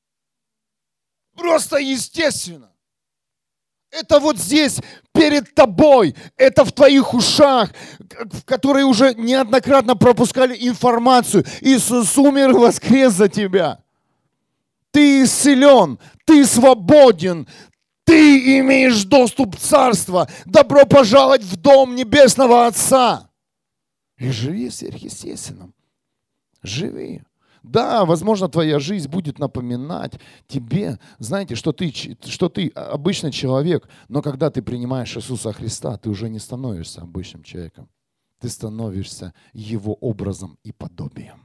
Просто естественно. Это вот здесь, перед тобой, это в твоих ушах, в которые уже неоднократно пропускали информацию. Иисус умер и воскрес за тебя. Ты исцелен, ты свободен, ты имеешь доступ в Царство. Добро пожаловать в Дом Небесного Отца. И живи сверхъестественным. Живи. Да, возможно, твоя жизнь будет напоминать тебе, знаете, что ты обычный человек, но когда ты принимаешь Иисуса Христа, ты уже не становишься обычным человеком. Ты становишься Его образом и подобием.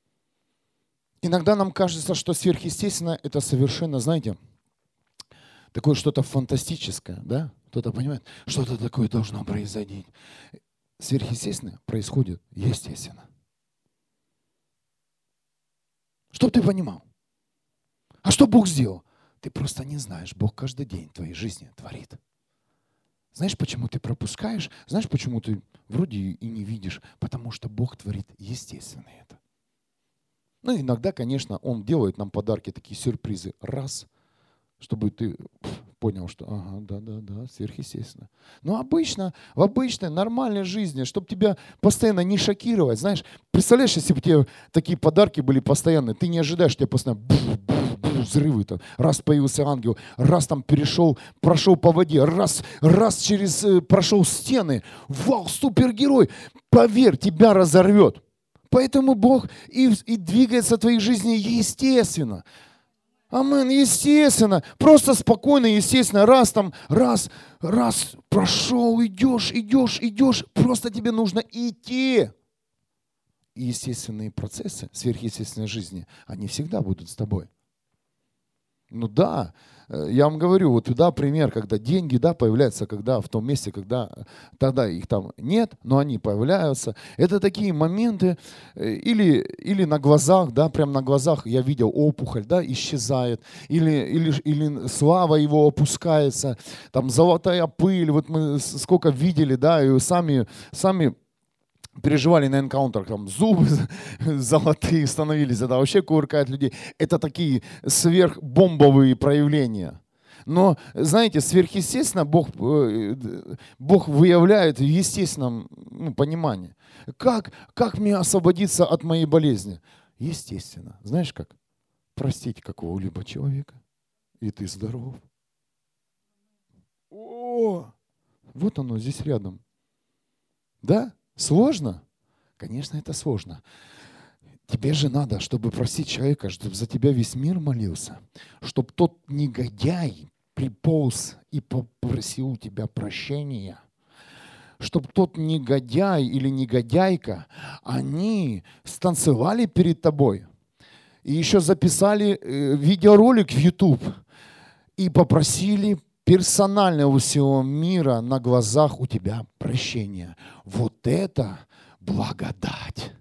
Иногда нам кажется, что сверхъестественно это совершенно, знаете, такое что-то фантастическое, да? Кто-то понимает, что-то такое должно произойти. Сверхъестественное происходит естественно. Чтоб ты понимал. А что Бог сделал? Ты просто не знаешь. Бог каждый день в твоей жизни творит. Знаешь, почему ты пропускаешь? Знаешь, почему ты вроде и не видишь? Потому что Бог творит естественно это. Ну, иногда, конечно, Он делает нам подарки, такие сюрпризы. Раз, чтобы ты понял, что ага, да, сверхъестественно. Но обычно, в обычной, нормальной жизни, чтобы тебя постоянно не шокировать, знаешь, представляешь, если бы тебе такие подарки были постоянные, ты не ожидаешь, что тебе постоянно взрывы, там, раз появился ангел, раз там прошел по воде, раз прошел стены, вау, супергерой, поверь, тебя разорвет. Поэтому Бог и двигается в твоей жизни естественно. Амен, естественно. Просто спокойно, естественно. Раз, прошел, идешь. Просто тебе нужно идти. И естественные процессы сверхъестественной жизни, они всегда будут с тобой. Ну да, я вам говорю, вот туда пример, когда деньги, да, появляются, когда в том месте, когда тогда их там нет, но они появляются. Это такие моменты, или на глазах, да, прям на глазах я видел опухоль, да, исчезает, или слава его опускается, там золотая пыль, вот мы сколько видели, да, и сами переживали на энкаунтерах, там зубы золотые становились, это вообще кувыркает людей. Это такие сверхбомбовые проявления. Но, знаете, сверхъестественно Бог выявляет в естественном понимании. Как мне освободиться от моей болезни? Естественно. Знаешь как? Простить какого-либо человека, и ты здоров. О, вот оно здесь рядом. Да? Сложно? Конечно, это сложно. Тебе же надо, чтобы простить человека, чтобы за тебя весь мир молился, чтобы тот негодяй приполз и попросил у тебя прощения, чтобы тот негодяй или негодяйка, они станцевали перед тобой и еще записали видеоролик в YouTube и попросили персонально у всего мира на глазах у тебя прощения. Вот это благодать.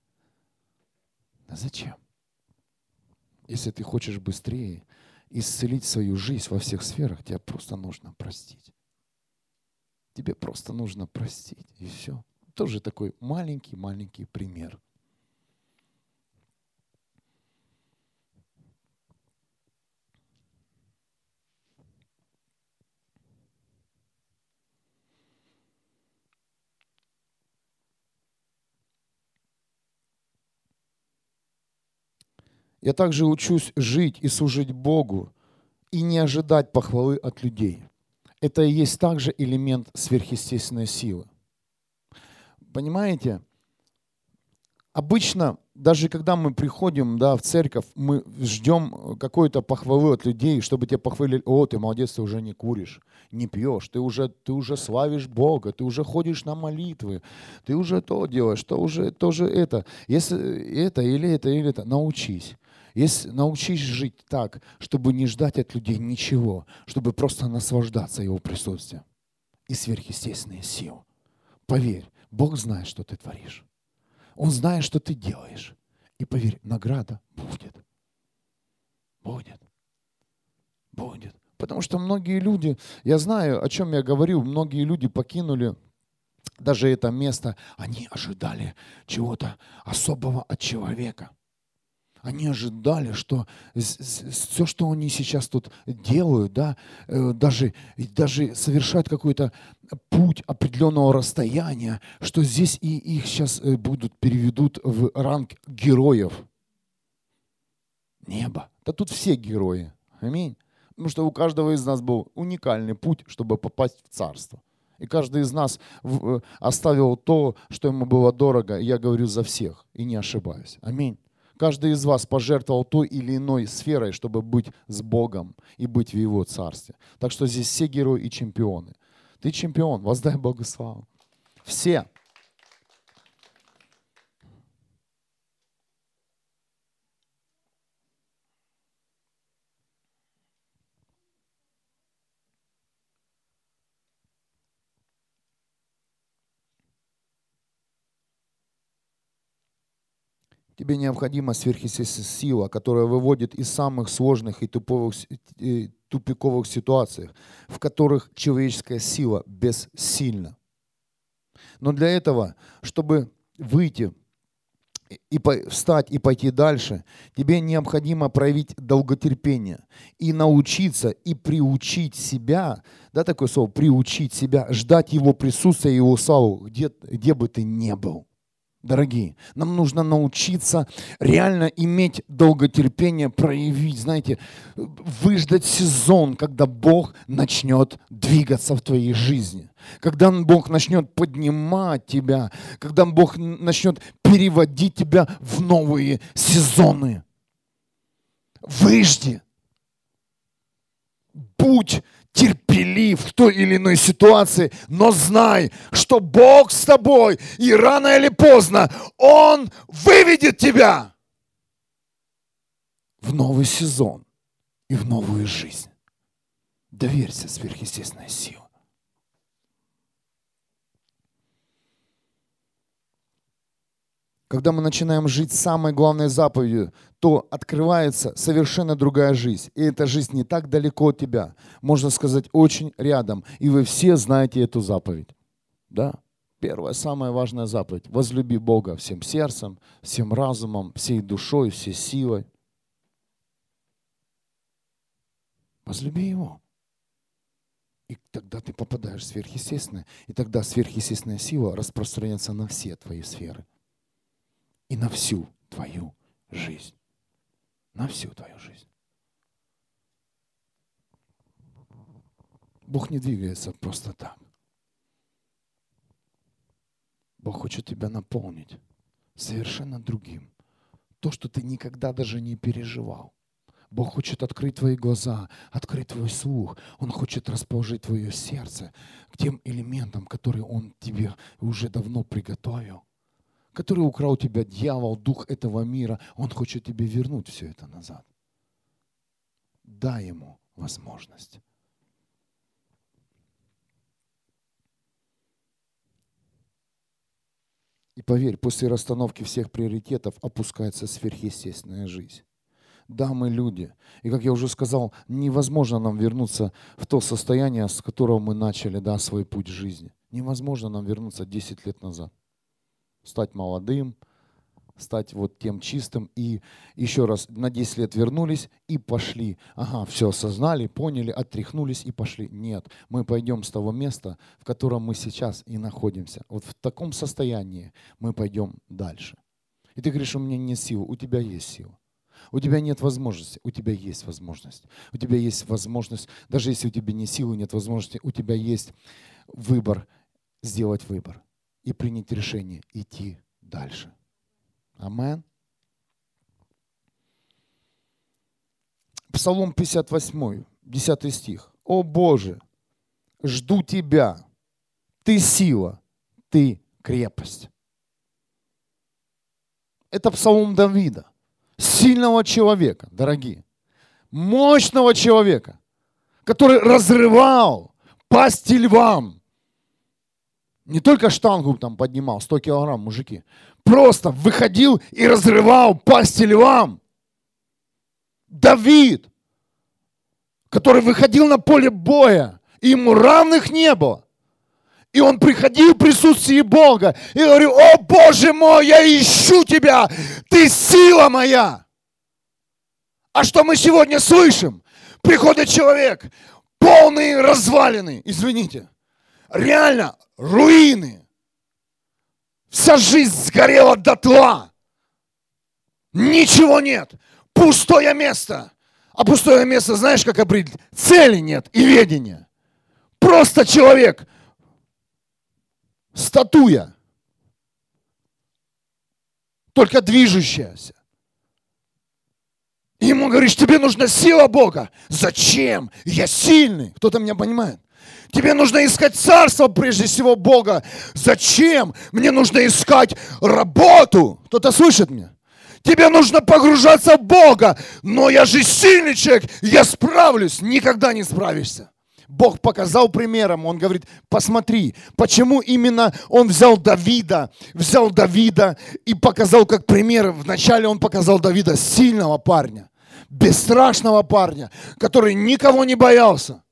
А зачем? Если ты хочешь быстрее исцелить свою жизнь во всех сферах, тебе просто нужно простить. Тебе просто нужно простить, и все. Тоже такой маленький пример. Я также учусь жить и служить Богу и не ожидать похвалы от людей. Это и есть также элемент сверхъестественной силы. Понимаете? Обычно, даже когда мы приходим, да, в церковь, мы ждем какой-то похвалы от людей, чтобы тебя похвалили: о, ты молодец, ты уже не куришь, не пьешь, ты уже славишь Бога, ты уже ходишь на молитвы, ты уже то делаешь, тоже это. Если это или это, научись. Научись жить так, чтобы не ждать от людей ничего, чтобы просто наслаждаться Его присутствием и сверхъестественные силы. Поверь, Бог знает, что ты творишь. Он знает, что ты делаешь. И поверь, награда будет. Будет. Потому что многие люди, я знаю, о чем я говорю, многие люди покинули даже это место, они ожидали чего-то особого от человека. Они ожидали, что все, что они сейчас тут делают, да, даже совершают какой-то путь определенного расстояния, что здесь и их сейчас переведут в ранг героев неба. Да тут все герои. Аминь. Потому что у каждого из нас был уникальный путь, чтобы попасть в царство. И каждый из нас оставил то, что ему было дорого. И я говорю за всех и не ошибаюсь. Аминь. Каждый из вас пожертвовал той или иной сферой, чтобы быть с Богом и быть в Его царстве. Так что здесь все герои и чемпионы. Ты чемпион, воздай Богу славу. Все. Тебе необходима сверхъестественная сила, которая выводит из самых сложных и тупиковых ситуаций, в которых человеческая сила бессильна. Но для этого, чтобы выйти и встать и пойти дальше, тебе необходимо проявить долготерпение и научиться и приучить себя, да, такое слово, приучить себя, ждать Его присутствия и Его славу, где бы ты ни был. Дорогие, нам нужно научиться реально иметь долготерпение, проявить, знаете, выждать сезон, когда Бог начнет двигаться в твоей жизни, когда Бог начнет поднимать тебя, когда Бог начнет переводить тебя в новые сезоны. Выжди. Будь терпелив в той или иной ситуации, но знай, что Бог с тобой, и рано или поздно Он выведет тебя в новый сезон и в новую жизнь. Доверься сверхъестественной силе. Когда мы начинаем жить самой главной заповедью, то открывается совершенно другая жизнь. И эта жизнь не так далеко от тебя. Можно сказать, очень рядом. И вы все знаете эту заповедь. Да? Первая, самая важная заповедь. Возлюби Бога всем сердцем, всем разумом, всей душой, всей силой. Возлюби Его. И тогда ты попадаешь в сверхъестественное. И тогда сверхъестественная сила распространяется на все твои сферы. И на всю твою жизнь. На всю твою жизнь. Бог не двигается просто так. Бог хочет тебя наполнить совершенно другим. То, что ты никогда даже не переживал. Бог хочет открыть твои глаза, открыть твой слух. Он хочет расположить твое сердце к тем элементам, которые Он тебе уже давно приготовил. Который украл тебя дьявол, дух этого мира, он хочет тебе вернуть все это назад. Дай ему возможность. И поверь, после расстановки всех приоритетов опускается сверхъестественная жизнь. Да, мы люди. И как я уже сказал, невозможно нам вернуться в то состояние, с которого мы начали, да, свой путь жизни. Невозможно нам вернуться 10 лет назад. Стать молодым, стать вот тем чистым. И еще раз, на 10 лет вернулись и пошли. Ага, все осознали, поняли, отряхнулись и пошли. Нет, мы пойдем с того места, в котором мы сейчас и находимся. Вот в таком состоянии мы пойдем дальше. И ты говоришь, у меня нет силы. У тебя есть сила. У тебя нет возможности, у тебя есть возможность. У тебя есть возможность, даже если у тебя нет силы, нет возможности, у тебя есть выбор, сделать выбор. И принять решение идти дальше. Амен. Псалом 58, 10 стих. «О Боже, жду Тебя, Ты сила, Ты крепость». Это псалом Давида, сильного человека, дорогие, мощного человека, который разрывал пасти львам. Не только штангу там поднимал, 100 килограмм, мужики. Просто выходил и разрывал пасти львам. Давид, который выходил на поле боя, и ему равных не было. И он приходил в присутствие Бога и говорил: «О Боже мой, я ищу Тебя, Ты сила моя». А что мы сегодня слышим? Приходит человек, полный развалины, извините, реально руины. Вся жизнь сгорела дотла. Ничего нет. Пустое место. А пустое место, знаешь, как определить? Цели нет и ведения. Просто человек. Статуя. Только движущаяся. И ему говоришь: тебе нужна сила Бога. Зачем? Я сильный. Кто-то меня понимает? Тебе нужно искать царство, прежде всего, Бога. Зачем? Мне нужно искать работу. Кто-то слышит меня? Тебе нужно погружаться в Бога. Но я же сильный человек, я справлюсь. Никогда не справишься. Бог показал примером. Он говорит, посмотри, почему именно он взял Давида и показал как пример. Вначале он показал Давида сильного парня, бесстрашного парня, который никого не боялся.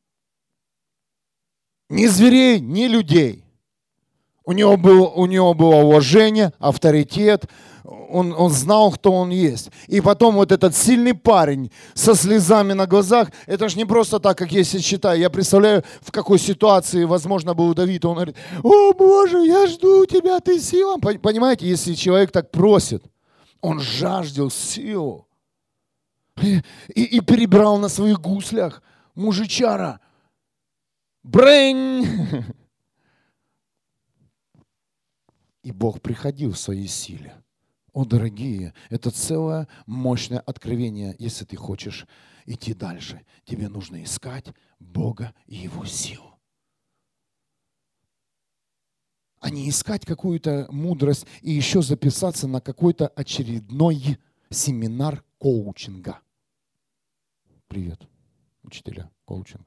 Ни зверей, ни людей. У него было уважение, авторитет. Он знал, кто он есть. И потом вот этот сильный парень со слезами на глазах, это же не просто так, как я себе читаю. Я представляю, в какой ситуации, возможно, был Давид. Он говорит, о Боже, я жду тебя, ты сила. Понимаете, если человек так просит, он жаждал силу. И перебирал на своих гуслях мужичара. Брэнь! И Бог приходил в своей силе. О, дорогие, это целое мощное откровение. Если ты хочешь идти дальше, тебе нужно искать Бога и Его силу. А не искать какую-то мудрость и еще записаться на какой-то очередной семинар коучинга. Привет, учителя коучинга.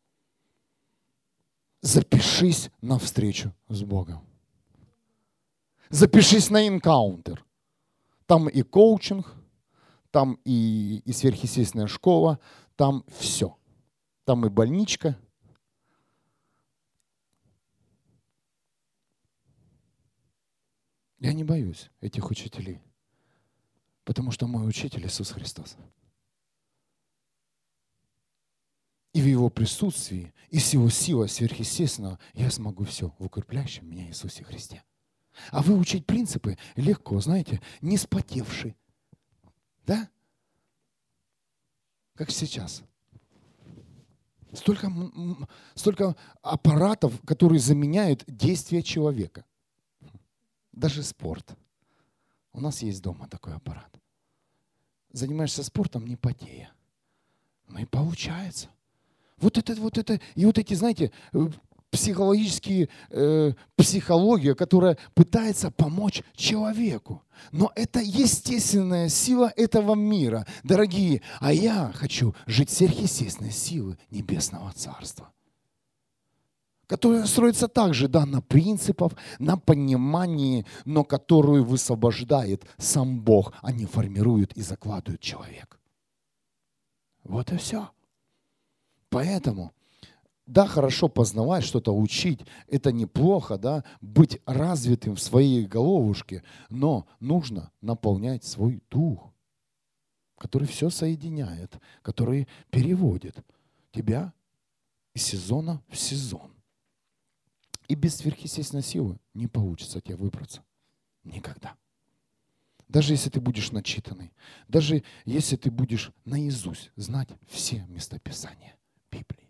Запишись на встречу с Богом. Запишись на энкаунтер. Там и коучинг, там и сверхъестественная школа, там все. Там и больничка. Я не боюсь этих учителей, потому что мой учитель Иисус Христос. И в Его присутствии, и с Его силой сверхъестественного я смогу все в укрепляющем меня Иисусе Христе. А выучить принципы легко, знаете, не спотевший. Да? Как сейчас. Столько аппаратов, которые заменяют действия человека. Даже спорт. У нас есть дома такой аппарат. Занимаешься спортом, не потея. Ну и получается. Вот это, и вот эти, знаете, психология, которая пытается помочь человеку. Но это естественная сила этого мира, дорогие. А я хочу жить в сверхъестественной силы Небесного Царства, которая строится также, да, на принципах, на понимании, но которую высвобождает сам Бог, а не формирует и закладывает человек. Вот и все. Поэтому, да, хорошо познавать, что-то учить, это неплохо, да, быть развитым в своей головушке, но нужно наполнять свой дух, который все соединяет, который переводит тебя из сезона в сезон. И без сверхъестественной силы не получится тебе выбраться. Никогда. Даже если ты будешь начитанный, даже если ты будешь наизусть знать все местописания Библии.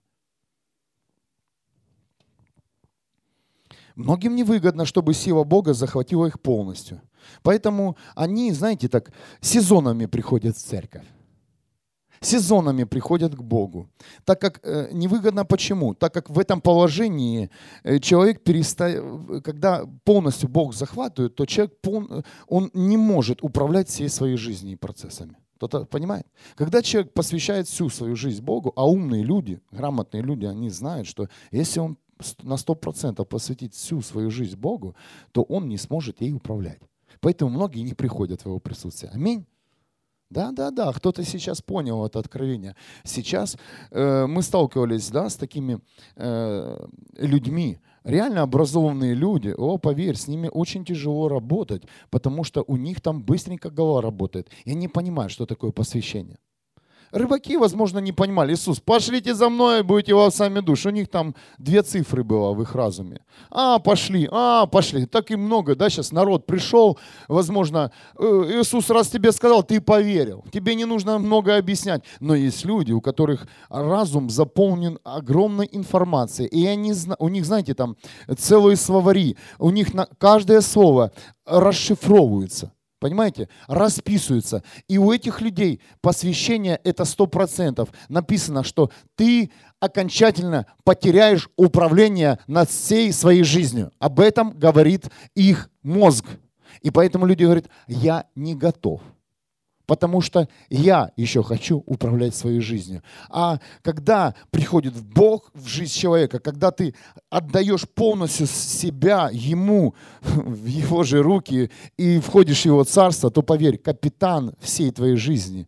Многим невыгодно, чтобы сила Бога захватила их полностью. Поэтому они, знаете, так сезонами приходят в церковь. Сезонами приходят к Богу. Так как невыгодно почему? Так как в этом положении человек когда полностью Бог захватывает, то человек он не может управлять всей своей жизнью и процессами. Кто-то понимает? Когда человек посвящает всю свою жизнь Богу, а умные люди, грамотные люди, они знают, что если он на 100% посвятит всю свою жизнь Богу, то он не сможет ей управлять. Поэтому многие не приходят в Его присутствие. Аминь. Да, кто-то сейчас понял это откровение. Сейчас мы сталкивались, да, с такими людьми, реально образованные люди. Поверь, с ними очень тяжело работать, потому что у них там быстренько голова работает. И они понимают, что такое посвящение. Рыбаки, возможно, не понимали. Иисус, пошлите за мной, будете ловцами душ. У них там 2 цифры было в их разуме. Пошли. Так и много, да, сейчас народ пришел. Возможно, Иисус раз тебе сказал, ты поверил. Тебе не нужно много объяснять. Но есть люди, у которых разум заполнен огромной информацией. И у них, знаете, там целые словари. У них каждое слово расшифровывается. Понимаете? Расписываются. И у этих людей посвящение это 100%. Написано, что ты окончательно потеряешь управление над всей своей жизнью. Об этом говорит их мозг. И поэтому люди говорят, я не готов. потому что я еще хочу управлять своей жизнью. А когда приходит Бог в жизнь человека, когда ты отдаешь полностью себя Ему, в Его же руки, и входишь в Его царство, то поверь, капитан всей твоей жизни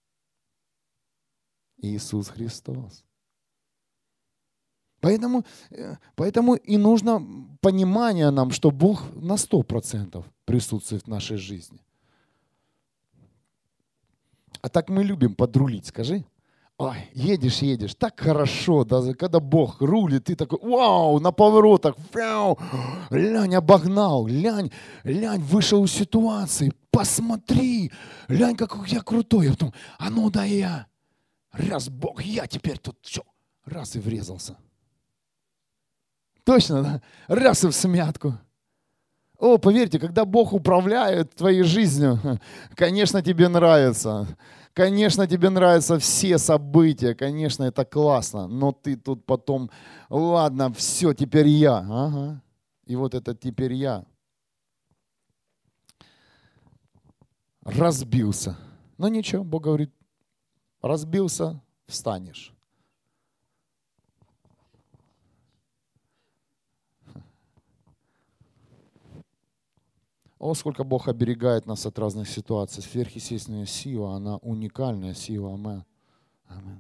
— Иисус Христос. Поэтому и нужно понимание нам, что Бог на 100% присутствует в нашей жизни. А так мы любим подрулить, скажи. Ой, едешь, так хорошо, даже когда Бог рулит, ты такой, вау, на поворотах, фяу, лянь, обогнал, лянь, вышел из ситуации, посмотри, лянь, какой я крутой. А потом, а ну да я, раз Бог, я теперь тут, все, раз и врезался. Точно, да? Раз и в смятку. О, поверьте, когда Бог управляет твоей жизнью, конечно, тебе нравится. Конечно, тебе нравятся все события, конечно, это классно. Но ты тут потом, ладно, все, теперь я. Ага. И вот это теперь я разбился. Но ничего, Бог говорит, разбился, встанешь. О, сколько Бог оберегает нас от разных ситуаций. Сверхъестественная сила, она уникальная сила. Аминь.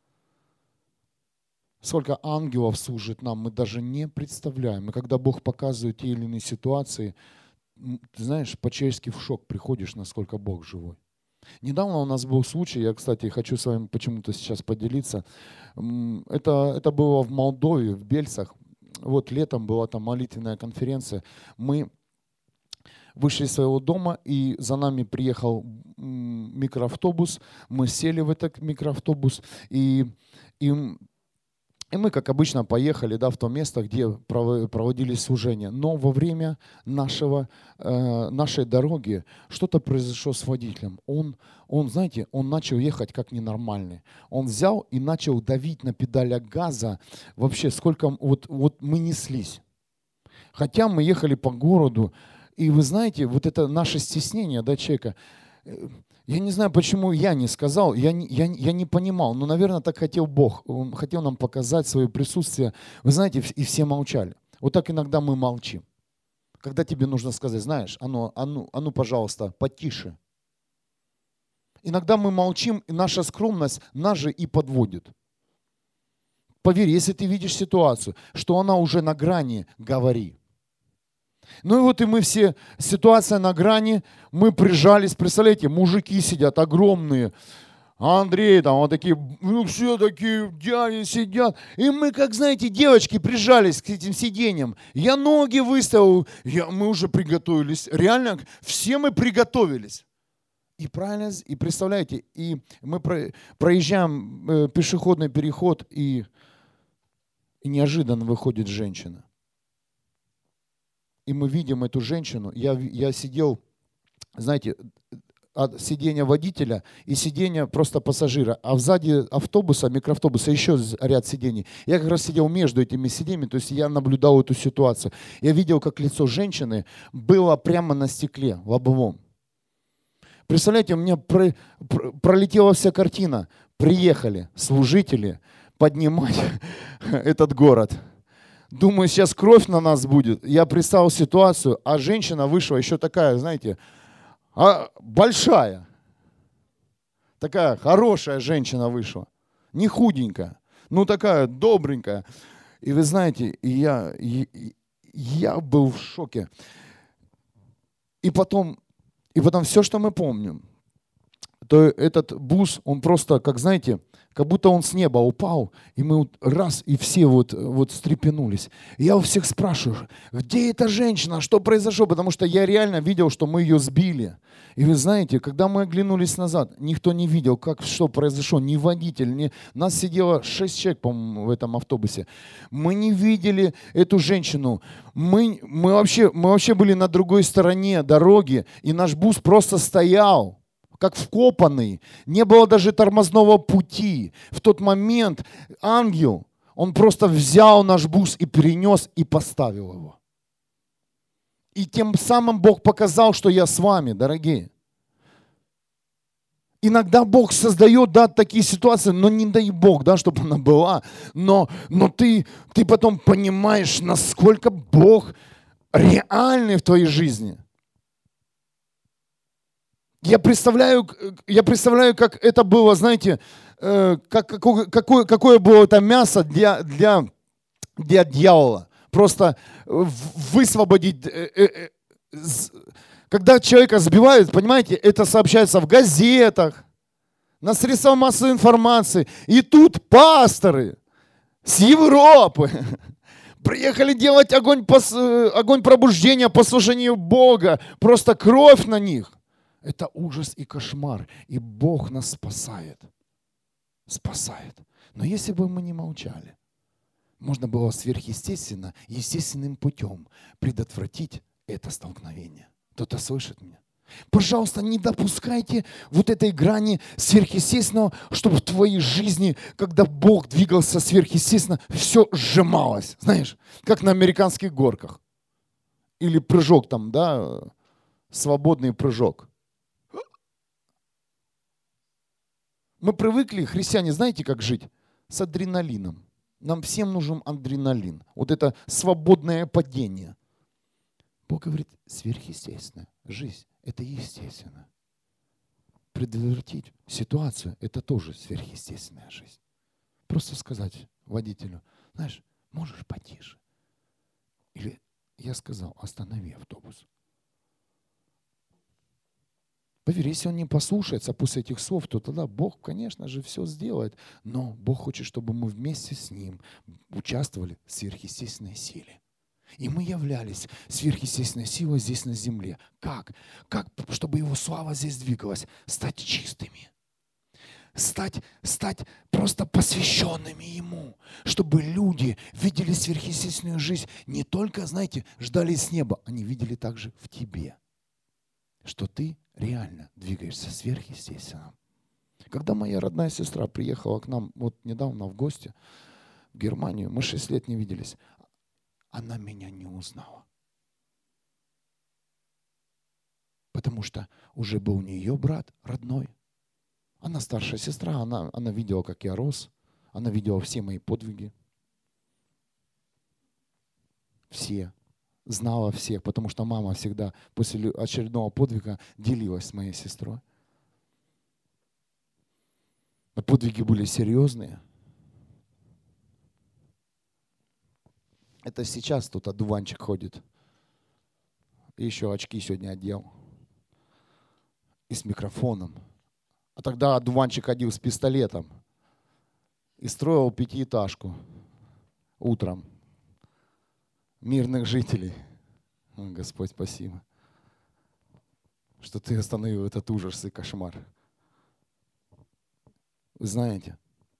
Сколько ангелов служит нам, мы даже не представляем. И когда Бог показывает те или иные ситуации, ты знаешь, по-человечески в шок приходишь, насколько Бог живой. Недавно у нас был случай, я, кстати, хочу с вами почему-то сейчас поделиться. Это было в Молдове, в Бельцах. Вот летом была там молитвенная конференция. Мы вышли из своего дома, и за нами приехал микроавтобус. Мы сели в этот микроавтобус, и мы, как обычно, поехали, да, в то место, где проводились служения. Но во время нашей дороги что-то произошло с водителем. Он, знаете, он начал ехать как ненормальный. Он взял и начал давить на педаль газа. Вообще, сколько вот мы неслись. Хотя мы ехали по городу, и вы знаете, вот это наше стеснение, да, человека, я не знаю, почему я не сказал, я не понимал, но, наверное, так хотел Бог. Он хотел нам показать свое присутствие. Вы знаете, и все молчали. Вот так иногда мы молчим. Когда тебе нужно сказать, знаешь, а ну, пожалуйста, потише. Иногда мы молчим, и наша скромность нас же и подводит. Поверь, если ты видишь ситуацию, что она уже на грани, говори. Ну и вот и мы все, ситуация на грани, мы прижались, представляете, мужики сидят огромные, а Андрей там вот такие, ну все такие дяди сидят. И мы, как знаете, девочки прижались к этим сиденьям. Я ноги выставил, мы уже приготовились, реально все мы приготовились. И правильно, и представляете, и мы проезжаем пешеходный переход, и неожиданно выходит женщина. И мы видим эту женщину. Я сидел, знаете, от сидения водителя и сидения просто пассажира. А сзади автобуса, микроавтобуса, еще ряд сидений. Я как раз сидел между этими сиденьями, то есть я наблюдал эту ситуацию. Я видел, как лицо женщины было прямо на стекле, лобовом. Представляете, у меня пролетела вся картина. Приехали служители поднимать этот город. Думаю, сейчас кровь на нас будет. Я представил ситуацию, а женщина вышла еще такая, знаете, большая. Такая хорошая женщина вышла. Не худенькая, ну такая добренькая. И вы знаете, я был в шоке. И потом все, что мы помним, то этот бус, он просто, как знаете, как будто он с неба упал, и мы раз, и все вот встрепенулись. И я у всех спрашиваю, где эта женщина, что произошло? Потому что я реально видел, что мы ее сбили. И вы знаете, когда мы оглянулись назад, никто не видел, что произошло, ни водитель, нас сидело 6 человек, по-моему, в этом автобусе. Мы не видели эту женщину. Мы вообще были на другой стороне дороги, и наш бус просто стоял, как вкопанный. Не было даже тормозного пути. В тот момент ангел, он просто взял наш бус и перенес, и поставил его. И тем самым Бог показал, что я с вами, дорогие. Иногда Бог создает, да, такие ситуации, но не дай Бог, да, чтобы она была. Но ты потом понимаешь, насколько Бог реальный в твоей жизни. Я представляю, как это было, знаете, какое было это мясо для дьявола. Просто высвободить. Когда человека сбивают, понимаете, это сообщается в газетах, на средствах массовой информации. И тут пасторы с Европы приехали делать огонь пробуждения по служению Бога. Просто кровь на них. Это ужас и кошмар. И Бог нас спасает. Спасает. Но если бы мы не молчали, можно было сверхъестественно, естественным путем предотвратить это столкновение. Кто-то слышит меня? Пожалуйста, не допускайте вот этой грани сверхъестественного, чтобы в твоей жизни, когда Бог двигался сверхъестественно, все сжималось. Знаешь, как на американских горках. Или прыжок там, да, свободный прыжок. Мы привыкли, христиане, знаете, как жить? С адреналином. Нам всем нужен адреналин. Вот это свободное падение. Бог говорит, сверхъестественно. Жизнь – это естественно. Предотвратить ситуацию – это тоже сверхъестественная жизнь. Просто сказать водителю, знаешь, можешь потише. Или я сказал, останови автобус. Поверь, если он не послушается после этих слов, то тогда Бог, конечно же, все сделает. Но Бог хочет, чтобы мы вместе с Ним участвовали в сверхъестественной силе. И мы являлись сверхъестественной силой здесь на земле. Как? Как, чтобы Его слава здесь двигалась? Стать чистыми. Стать просто посвященными Ему. Чтобы люди видели сверхъестественную жизнь. Не только, знаете, ждали с неба, они видели также в тебе. Что ты реально двигаешься сверхъестественно. Когда моя родная сестра приехала к нам вот недавно в гости в Германию, мы 6 лет не виделись, она меня не узнала. Потому что уже был не ее брат родной. Она старшая сестра, она видела, как я рос, она видела все мои подвиги. Все. Знала всех, потому что мама всегда после очередного подвига делилась с моей сестрой. Но подвиги были серьезные. Это сейчас тут одуванчик ходит. И еще очки сегодня одел. И с микрофоном. А тогда одуванчик ходил с пистолетом. И строил 5-этажку утром. Мирных жителей. О, Господь, спасибо, что Ты остановил этот ужас и кошмар. Вы знаете,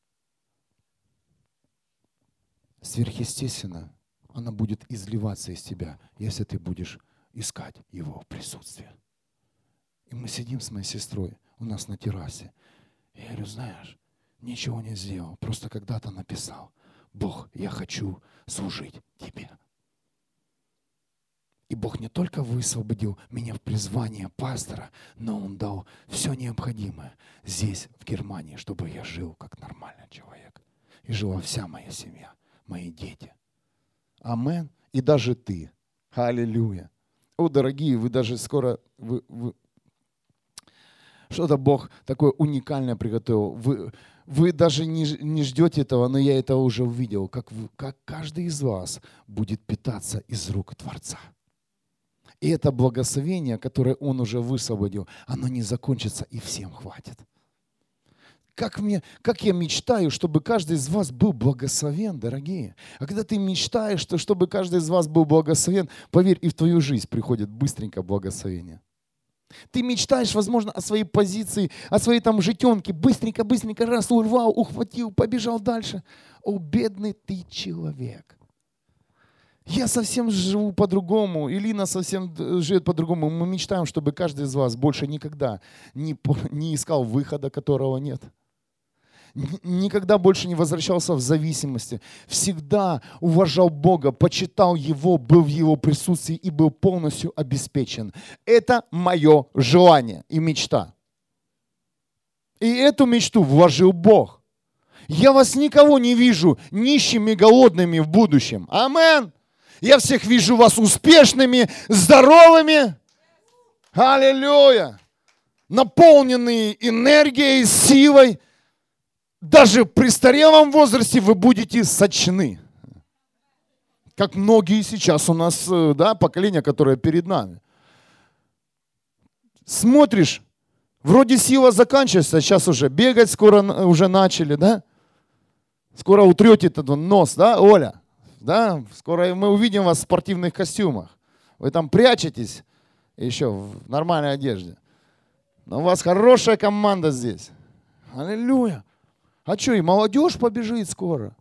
сверхъестественно она будет изливаться из тебя, если ты будешь искать Его присутствие. И мы сидим с моей сестрой у нас на террасе. И я говорю, знаешь, ничего не сделал, просто когда-то написал, Бог, я хочу служить Тебе. И Бог не только высвободил меня в призвание пастора, но Он дал все необходимое здесь, в Германии, чтобы я жил как нормальный человек. И жила вся моя семья, мои дети. Амен. И даже ты. Аллилуйя. О, дорогие, вы даже скоро... Что-то Бог такое уникальное приготовил. Вы даже не ждете этого, но я это уже увидел, как каждый из вас будет питаться из рук Творца. И это благословение, которое Он уже высвободил, оно не закончится и всем хватит. Как я мечтаю, чтобы каждый из вас был благословен, дорогие. А когда ты мечтаешь, чтобы каждый из вас был благословен, поверь, и в твою жизнь приходит быстренько благословение. Ты мечтаешь, возможно, о своей позиции, о своей там житенке. Быстренько, раз урвал, ухватил, побежал дальше. О, бедный ты человек. Я совсем живу по-другому, Илина совсем живет по-другому. Мы мечтаем, чтобы каждый из вас больше никогда не искал выхода, которого нет. Никогда больше не возвращался в зависимости. Всегда уважал Бога, почитал Его, был в Его присутствии и был полностью обеспечен. Это мое желание и мечта. И эту мечту вложил Бог. Я вас никого не вижу нищими, голодными в будущем. Амен. Я всех вижу вас успешными, здоровыми. Аллилуйя. Наполненные энергией, силой. Даже в престарелом возрасте вы будете сочны. Как многие сейчас у нас, да, поколение, которое перед нами. Смотришь, вроде сила заканчивается, сейчас уже бегать скоро уже начали, да? Скоро утрете этот нос, да, Оля? Да? Скоро мы увидим вас в спортивных костюмах. Вы там прячетесь еще в нормальной одежде. Но у вас хорошая команда здесь. Аллилуйя. А что, и молодежь побежит скоро?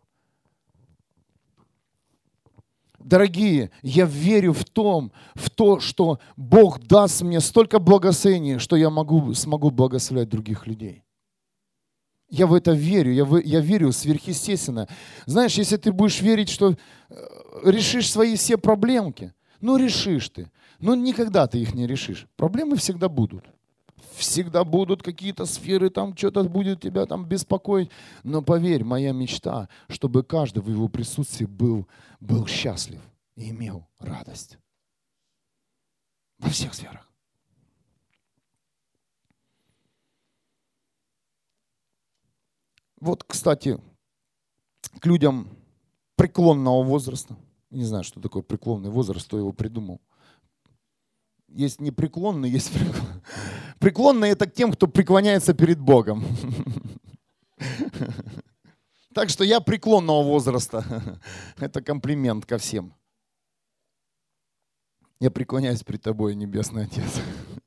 Дорогие, я верю в то, что Бог даст мне столько благословений, что я смогу благословлять других людей. Я в это верю, я верю сверхъестественно. Знаешь, если ты будешь верить, что решишь свои все проблемки, ну решишь ты, но никогда ты их не решишь. Проблемы всегда будут. Всегда будут какие-то сферы, там что-то будет тебя там беспокоить. Но поверь, моя мечта, чтобы каждый в его присутствии был счастлив и имел радость. Во всех сферах. Вот, кстати, к людям преклонного возраста. Не знаю, что такое преклонный возраст, кто его придумал. Есть непреклонный, есть преклонный. Преклонный — это к тем, кто преклоняется перед Богом. Так что я преклонного возраста. Это комплимент ко всем. Я преклоняюсь перед тобой, Небесный Отец.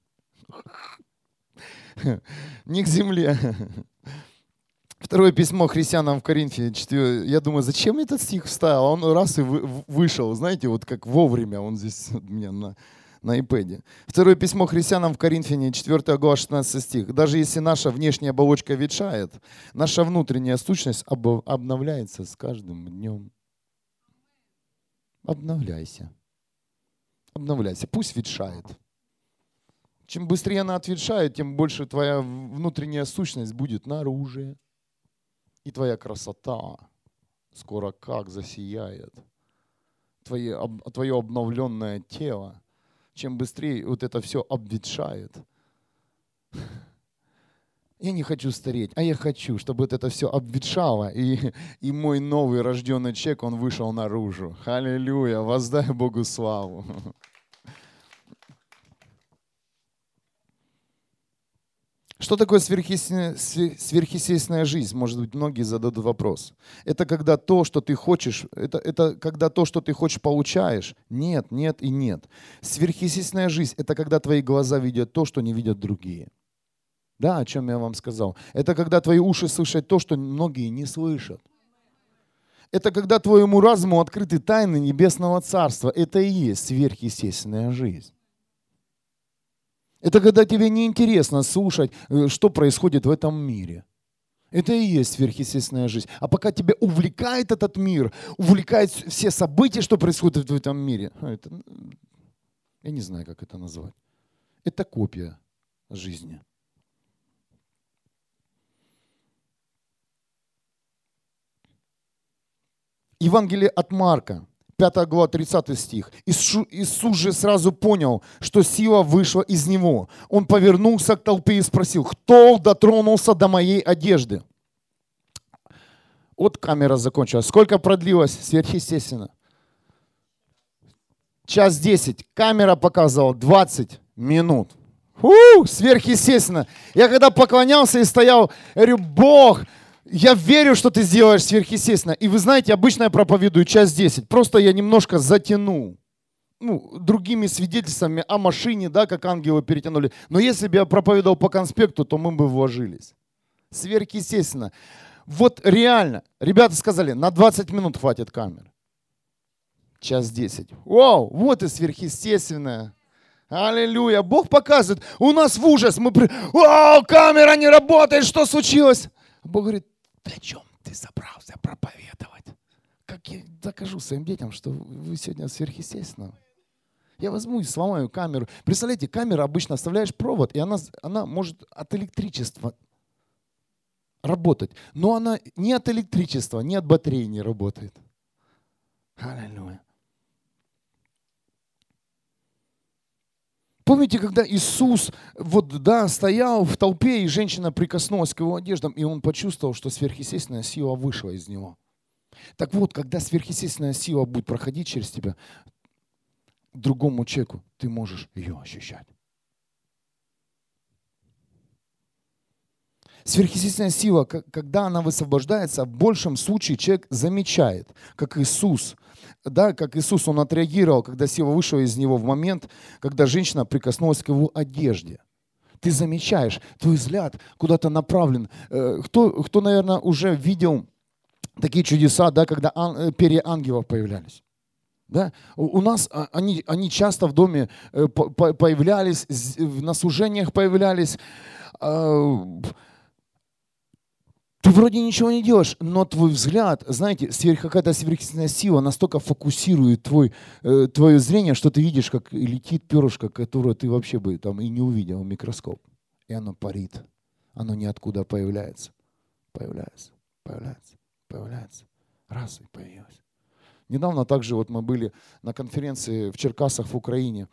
Не к земле. Второе письмо христианам в Коринфе. Я думаю, зачем этот стих вставил? Он раз и вышел, знаете, вот как вовремя. Он здесь у меня на iPad. Второе письмо христианам в Коринфяне, 4 глава, 16 стих. Даже если наша внешняя оболочка ветшает, наша внутренняя сущность обновляется с каждым днем. Обновляйся. Обновляйся. Пусть ветшает. Чем быстрее она ответшает, тем больше твоя внутренняя сущность будет наружу. И твоя красота скоро как засияет. Твое обновленное тело. Чем быстрее вот это все обветшает. Я не хочу стареть, а я хочу, чтобы вот это все обветшало, и мой новый рожденный человек, он вышел наружу. Аллилуйя, воздай Богу славу. Что такое сверхъестественная жизнь? Может быть, многие зададут вопрос. Это когда то, что ты хочешь, это когда то, что ты хочешь, получаешь. Нет, нет и нет. Сверхъестественная жизнь — это когда твои глаза видят то, что не видят другие. Да, о чем я вам сказал. Это когда твои уши слышат то, что многие не слышат. Это когда твоему разуму открыты тайны Небесного Царства. Это и есть сверхъестественная жизнь. Это когда тебе неинтересно слушать, что происходит в этом мире. Это и есть сверхъестественная жизнь. А пока тебя увлекает этот мир, увлекают все события, что происходит в этом мире, я не знаю, как это назвать. Это копия жизни. Евангелие от Марка. 5 глава, 30 стих. Иисус же сразу понял, что сила вышла из него. Он повернулся к толпе и спросил: кто дотронулся до моей одежды? Вот камера закончилась. Сколько продлилось? Сверхъестественно. 1:10. Камера показывала 20 минут. Сверхъестественно. Я когда поклонялся и стоял, я говорю: Бог, я верю, что ты сделаешь сверхъестественно. И вы знаете, обычно я проповедую 1:10. Просто я немножко затянул. Другими свидетельствами о машине, да, как ангелы перетянули. Но если бы я проповедовал по конспекту, то мы бы вложились. Сверхъестественно. Вот реально. Ребята сказали, на 20 минут хватит камер. 1:10. Вау, вот и сверхъестественное. Аллилуйя. Бог показывает. У нас в ужас. Вау, камера не работает, что случилось? Бог говорит: о чем ты собрался проповедовать? Как я докажу своим детям, что вы сегодня сверхъестественно? Я возьму и сломаю камеру. Представляете, камера обычно вставляешь провод, и она может от электричества. работать. Но она ни от электричества, ни от батареи не работает. Аллилуйя. Помните, когда Иисус стоял в толпе, и женщина прикоснулась к его одеждам, и он почувствовал, что сверхъестественная сила вышла из него. Так вот, когда сверхъестественная сила будет проходить через тебя, другому человеку ты можешь ее ощущать. Сверхъестественная сила, когда она высвобождается, в большем случае человек замечает, как Иисус, он отреагировал, когда сила вышла из него в момент, когда женщина прикоснулась к его одежде. Ты замечаешь, твой взгляд куда-то направлен. Кто, наверное, уже видел такие чудеса, когда перья ангелов появлялись? Да? У нас они часто в доме появлялись, на служениях появлялись. Ты вроде ничего не делаешь, но твой взгляд, знаете, какая-то сверхъестественная сила настолько фокусирует твое зрение, что ты видишь, как летит перышко, которое ты вообще бы там и не увидел в микроскоп. И оно парит. Оно ниоткуда появляется. Появляется. Раз, и появилось. Недавно также мы были на конференции в Черкасах в Украине,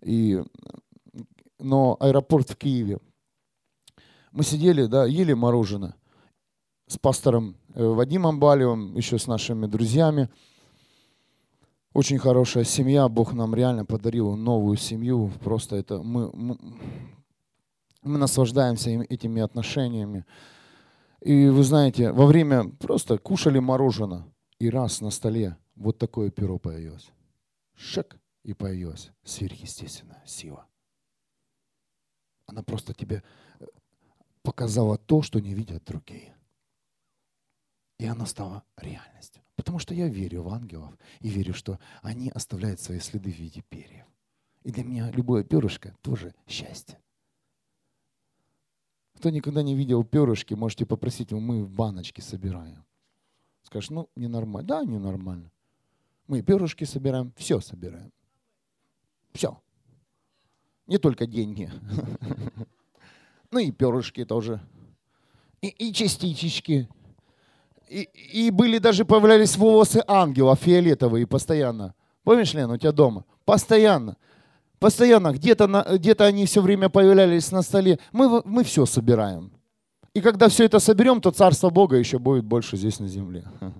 но аэропорт в Киеве. Мы сидели, ели мороженое с пастором Вадимом Балевым, еще с нашими друзьями. Очень хорошая семья, Бог нам реально подарил новую семью. Просто мы наслаждаемся этими отношениями. И вы знаете, во время просто кушали мороженое, и раз на столе вот такое перо появилось. Шик, и появилась сверхъестественная сила. Она просто тебе показала то, что не видят другие. И оно стало реальностью. Потому что я верю в ангелов и верю, что они оставляют свои следы в виде перьев. И для меня любое перышко тоже счастье. Кто никогда не видел перышки, можете попросить, мы в баночке собираем. Скажешь, ненормально. Да, ненормально. Мы перышки собираем, все собираем. Все. Не только деньги. И перышки тоже. И частички. И появлялись волосы ангела фиолетовые постоянно. Помнишь, Лена, у тебя дома? Постоянно. Где-то они все время появлялись на столе. Мы все собираем. И когда все это соберем, то Царство Бога еще будет больше здесь на земле.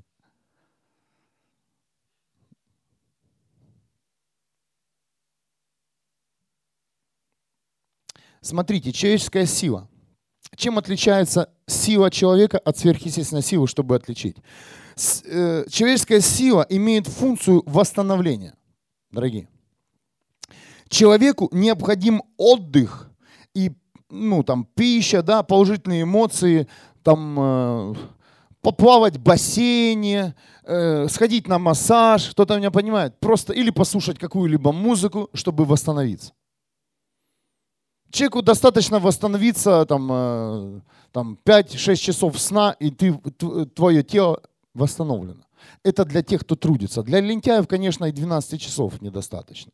Смотрите, человеческая сила. Чем отличается сила человека от сверхъестественной силы, чтобы отличить? Человеческая сила имеет функцию восстановления, дорогие. Человеку необходим отдых и пища, положительные эмоции, поплавать в бассейне, сходить на массаж, кто-то меня понимает, просто или послушать какую-либо музыку, чтобы восстановиться. Человеку достаточно восстановиться 5-6 часов сна, и твое тело восстановлено. Это для тех, кто трудится. Для лентяев, конечно, и 12 часов недостаточно.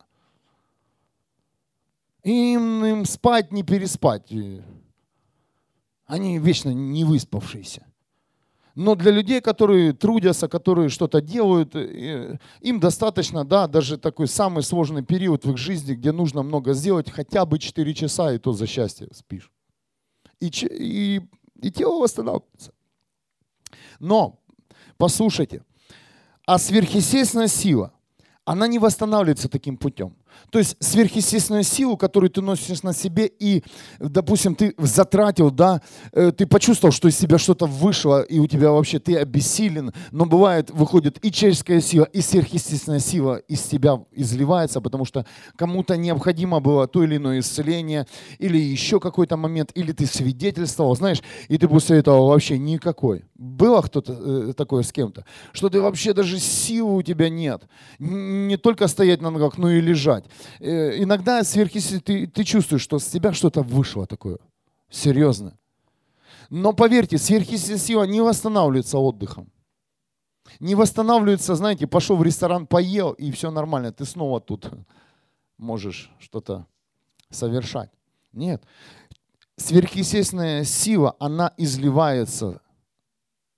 Им спать, не переспать. Они вечно не выспавшиеся. Но для людей, которые трудятся, которые что-то делают, им достаточно, даже такой самый сложный период в их жизни, где нужно много сделать, хотя бы 4 часа, и то за счастье спишь. И тело восстанавливается. Но, послушайте, а сверхъестественная сила, она не восстанавливается таким путем. То есть сверхъестественную силу, которую ты носишь на себе, и, допустим, ты затратил, ты почувствовал, что из тебя что-то вышло, и у тебя вообще ты обессилен, но бывает, выходит и человеческая сила, и сверхъестественная сила из тебя изливается, потому что кому-то необходимо было то или иное исцеление, или еще какой-то момент, или ты свидетельствовал, знаешь, и ты после этого вообще никакой. Было кто-то такое с кем-то, что ты вообще даже силы у тебя нет, не только стоять на ногах, но и лежать. Иногда ты чувствуешь, что с тебя что-то вышло такое серьезное. Но поверьте, сверхъестественная сила не восстанавливается отдыхом. Не восстанавливается, знаете, пошел в ресторан, поел, и все нормально, ты снова тут можешь что-то совершать. Нет. Сверхъестественная сила, она изливается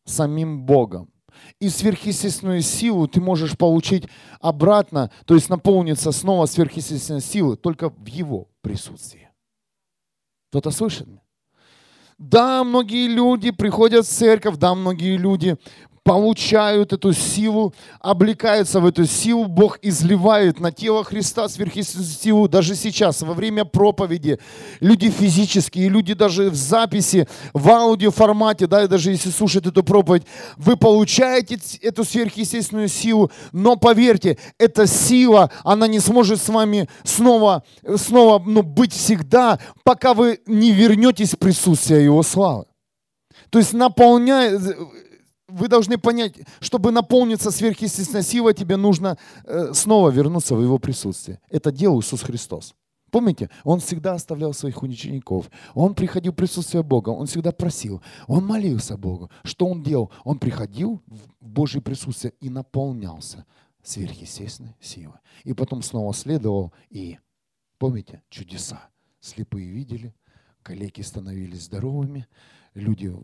самим Богом. И сверхъестественную силу ты можешь получить обратно, то есть наполниться снова сверхъестественной силой только в Его присутствии. Кто-то слышит меня? Да, многие люди приходят в церковь, да, многие люди получают эту силу, облекаются в эту силу. Бог изливает на тело Христа сверхъестественную силу. Даже сейчас, во время проповеди, люди физические, люди даже в записи, в аудиоформате, да, и даже если слушать эту проповедь, вы получаете эту сверхъестественную силу, но поверьте, эта сила, она не сможет с вами снова быть всегда, пока вы не вернетесь в присутствие Его славы. То есть вы должны понять, чтобы наполниться сверхъестественной силой, тебе нужно снова вернуться в Его присутствие. Это делал Иисус Христос. Помните, Он всегда оставлял своих учеников. Он приходил в присутствие Бога, Он всегда просил, Он молился Богу. Что Он делал? Он приходил в Божье присутствие и наполнялся сверхъестественной силой. И потом снова следовал и, помните, чудеса. Слепые видели, калеки становились здоровыми, люди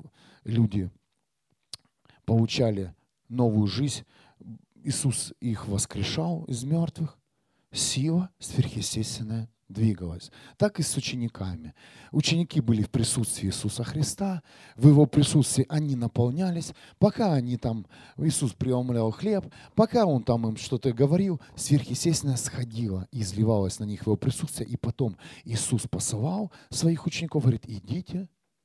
получали новую жизнь. Иисус их воскрешал из мертвых. Сила сверхъестественная двигалась. Так и с учениками. Ученики были в присутствии Иисуса Христа. В Его присутствии они наполнялись. Пока Иисус преломлял хлеб, пока Он там им что-то говорил, сверхъестественное сходило и изливалось на них в Его присутствие. И потом Иисус посылал своих учеников, говорит, идите,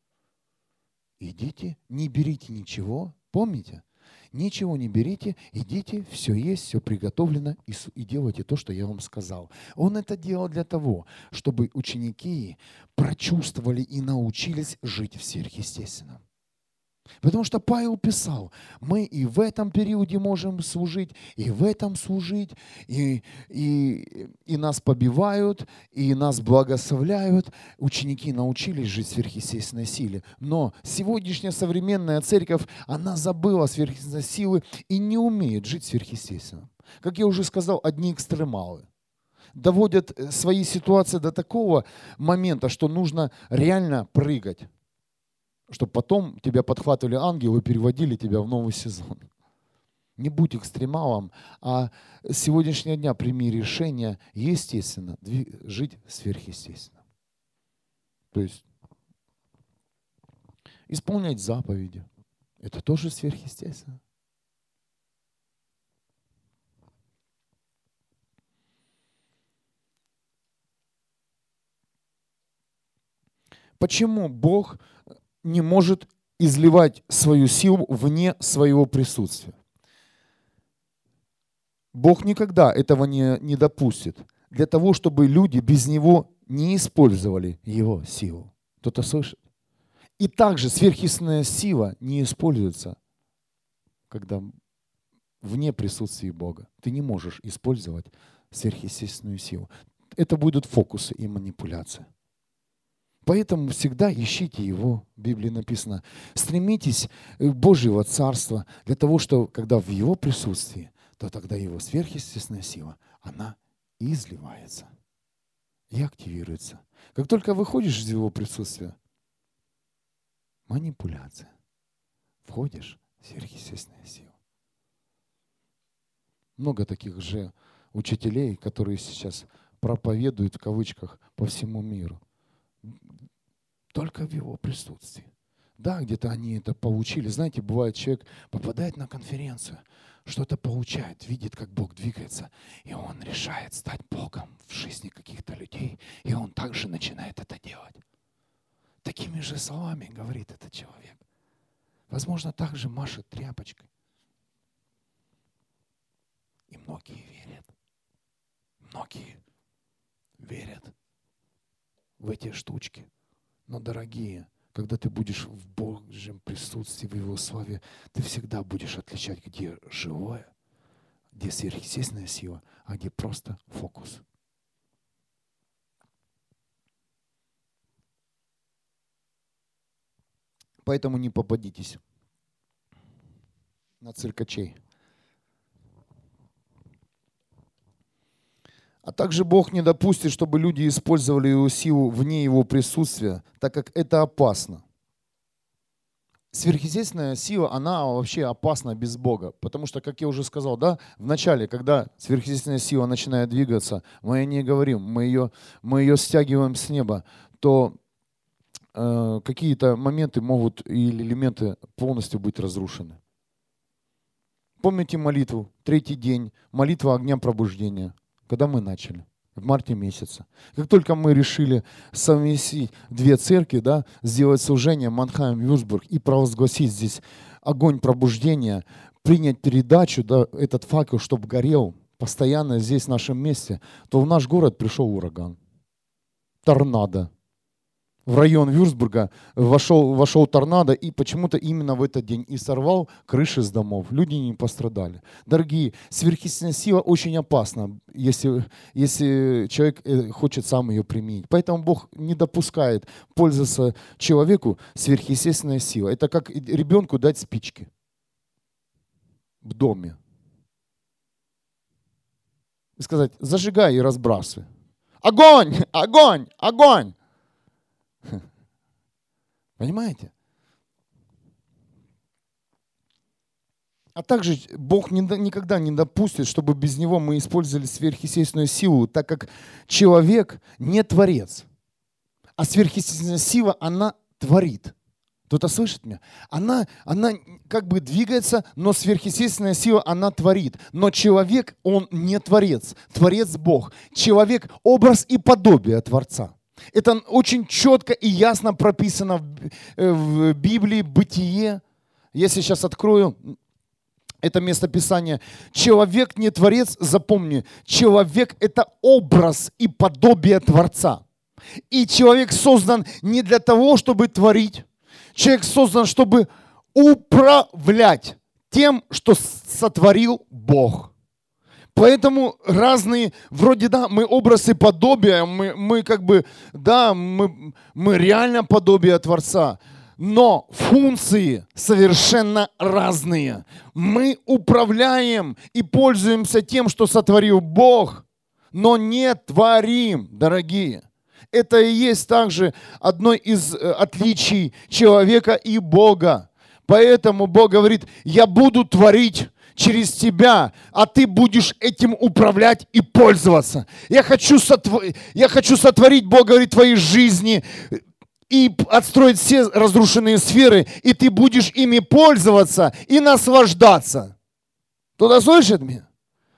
не берите ничего. Помните? Ничего не берите, идите, все есть, все приготовлено, и делайте то, что я вам сказал. Он это делал для того, чтобы ученики прочувствовали и научились жить в сверхъестественном. Потому что Павел писал, мы и в этом периоде можем служить, и в этом служить, и нас побивают, и нас благословляют. Ученики научились жить в сверхъестественной силе. Но сегодняшняя современная церковь, она забыла сверхъестественной силы и не умеет жить сверхъестественно. Как я уже сказал, одни экстремалы доводят свои ситуации до такого момента, что нужно реально прыгать, чтобы потом тебя подхватывали ангелы и переводили тебя в новый сезон. Не будь экстремалом, а с сегодняшнего дня прими решение, естественно, жить сверхъестественно. То есть исполнять заповеди. Это тоже сверхъестественно. Почему Бог не может изливать свою силу вне своего присутствия? Бог никогда этого не допустит. Для того, чтобы люди без Него не использовали Его силу. Кто-то слышит? И также сверхъестественная сила не используется, когда вне присутствия Бога. Ты не можешь использовать сверхъестественную силу. Это будут фокусы и манипуляции. Поэтому всегда ищите Его. В Библии написано, стремитесь к Божьего Царства для того, что когда в Его присутствии, то тогда Его сверхъестественная сила, она изливается и активируется. Как только выходишь из Его присутствия, манипуляция. Входишь в сверхъестественную силу. Много таких же учителей, которые сейчас проповедуют в кавычках по всему миру. Только в Его присутствии. Да, где-то они это получили. Знаете, бывает, человек попадает на конференцию, что-то получает, видит, как Бог двигается, и он решает стать Богом в жизни каких-то людей, и он также начинает это делать. Такими же словами говорит этот человек. Возможно, также машет тряпочкой. И многие верят. Многие верят в эти штучки. Но, дорогие, когда ты будешь в Божьем присутствии, в Его славе, ты всегда будешь отличать, где живое, где сверхъестественная сила, а где просто фокус. Поэтому не попадитесь на циркачей. А также Бог не допустит, чтобы люди использовали Его силу вне Его присутствия, так как это опасно. Сверхъестественная сила, она вообще опасна без Бога. Потому что, как я уже сказал, да, в начале, когда сверхъестественная сила начинает двигаться, мы о ней говорим, мы ее стягиваем с неба, то какие-то моменты могут или элементы полностью быть разрушены. Помните молитву, 3-й день, молитва огня пробуждения, когда мы начали? В марте месяце. Как только мы решили совместить 2 церкви, да, сделать служение Манхайм, Вюрцбург и провозгласить здесь огонь пробуждения, принять передачу, да, этот факел, чтобы горел постоянно здесь, в нашем месте, то в наш город пришел ураган. Торнадо. В район Вюрцбурга вошел торнадо, и почему-то именно в этот день и сорвал крыши с домов. Люди не пострадали. Дорогие, сверхъестественная сила очень опасна, если человек хочет сам ее применить. Поэтому Бог не допускает пользоваться человеку сверхъестественной силой. Это как ребенку дать спички в доме. И сказать, зажигай и разбрасывай. Огонь! Огонь! Огонь! Понимаете? А также Бог никогда не допустит, чтобы без Него мы использовали сверхъестественную силу, так как человек не творец. А сверхъестественная сила, она творит. Кто-то слышит меня? Она как бы двигается, но сверхъестественная сила, она творит. Но человек, он не творец. Творец Бог. Человек– образ и подобие Творца. Это очень четко и ясно прописано в Библии, Бытие. Я сейчас открою это местописание. Человек не творец, запомни, человек это образ и подобие Творца. И человек создан не для того, чтобы творить. Человек создан, чтобы управлять тем, что сотворил Бог. Поэтому разные, вроде да, мы образ и подобие, мы как бы, да, мы реально подобие Творца, но функции совершенно разные. Мы управляем и пользуемся тем, что сотворил Бог, но не творим, дорогие. Это и есть также одно из отличий человека и Бога. Поэтому Бог говорит, я буду творить через тебя, а ты будешь этим управлять и пользоваться. Я хочу сотворить, Бог говорит, твоей жизни и отстроить все разрушенные сферы, и ты будешь ими пользоваться и наслаждаться. Кто-то слышит меня?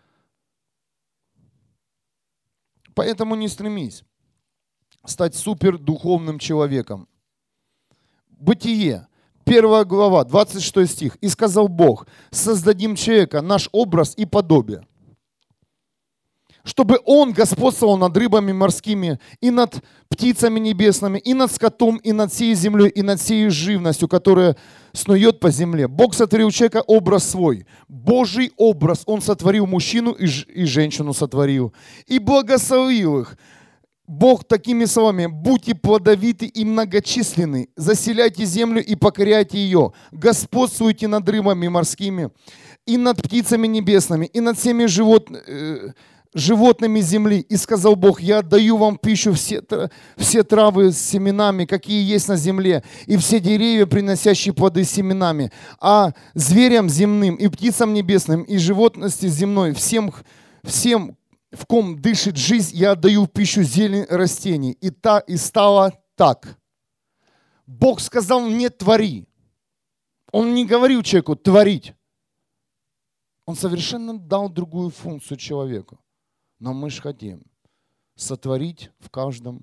Поэтому не стремись стать супердуховным человеком. Бытие. 1 глава, 26 стих. «И сказал Бог, создадим человека, наш образ и подобие, чтобы он господствовал над рыбами морскими, и над птицами небесными, и над скотом, и над всей землей, и над всей живностью, которая снует по земле. Бог сотворил человека образ свой, Божий образ. Он сотворил мужчину и женщину сотворил, и благословил их. Бог такими словами: будьте плодовиты и многочисленны, заселяйте землю и покоряйте ее, господствуйте над рыбами морскими, и над птицами небесными, и над всеми животными земли. И сказал Бог: я отдаю вам пищу все травы с семенами, какие есть на земле, и все деревья, приносящие плоды с семенами, а зверям земным, и птицам небесным, и животности земной, всем, в ком дышит жизнь, я отдаю пищу зелень растений. И стало так. Бог сказал: не твори. Он не говорил человеку творить. Он совершенно дал другую функцию человеку. Но мы же хотим сотворить в каждом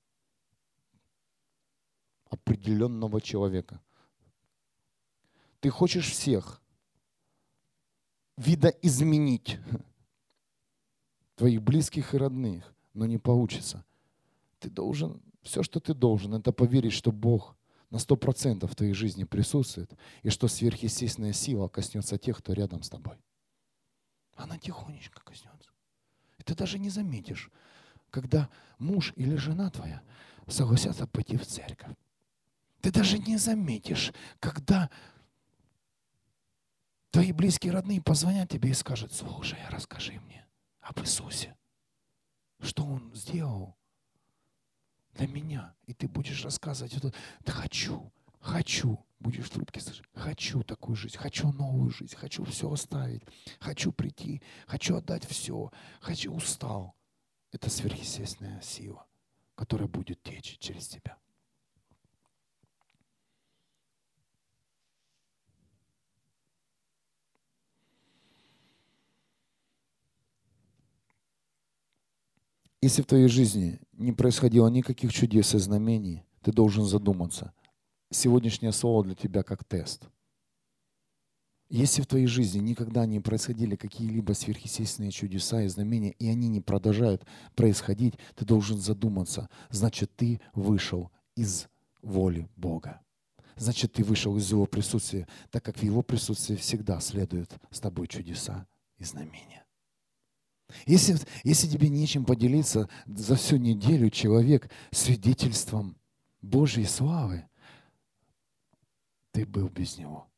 определенного человека. Ты хочешь всех видоизменить, твоих близких и родных, но не получится. Ты должен, все, что ты должен, это поверить, что Бог на 100% в твоей жизни присутствует, и что сверхъестественная сила коснется тех, кто рядом с тобой. Она тихонечко коснется. И ты даже не заметишь, когда муж или жена твоя согласятся пойти в церковь. Ты даже не заметишь, когда твои близкие родные позвонят тебе и скажут: слушай, расскажи мне об Иисусе, что Он сделал для меня. И ты будешь рассказывать: хочу. будешь в трубке слышать: хочу такую жизнь, хочу новую жизнь, хочу все оставить, хочу прийти, хочу отдать все, хочу, устал. Это сверхъестественная сила, которая будет течь через тебя. Если в твоей жизни не происходило никаких чудес и знамений, ты должен задуматься. Сегодняшнее слово для тебя как тест. Если в твоей жизни никогда не происходили какие-либо сверхъестественные чудеса и знамения, и они не продолжают происходить, ты должен задуматься. Значит, ты вышел из воли Бога. Значит, ты вышел из Его присутствия, так как в Его присутствии всегда следуют с тобой чудеса и знамения. Если тебе нечем поделиться за всю неделю, человек, свидетельством Божьей славы, ты был без него.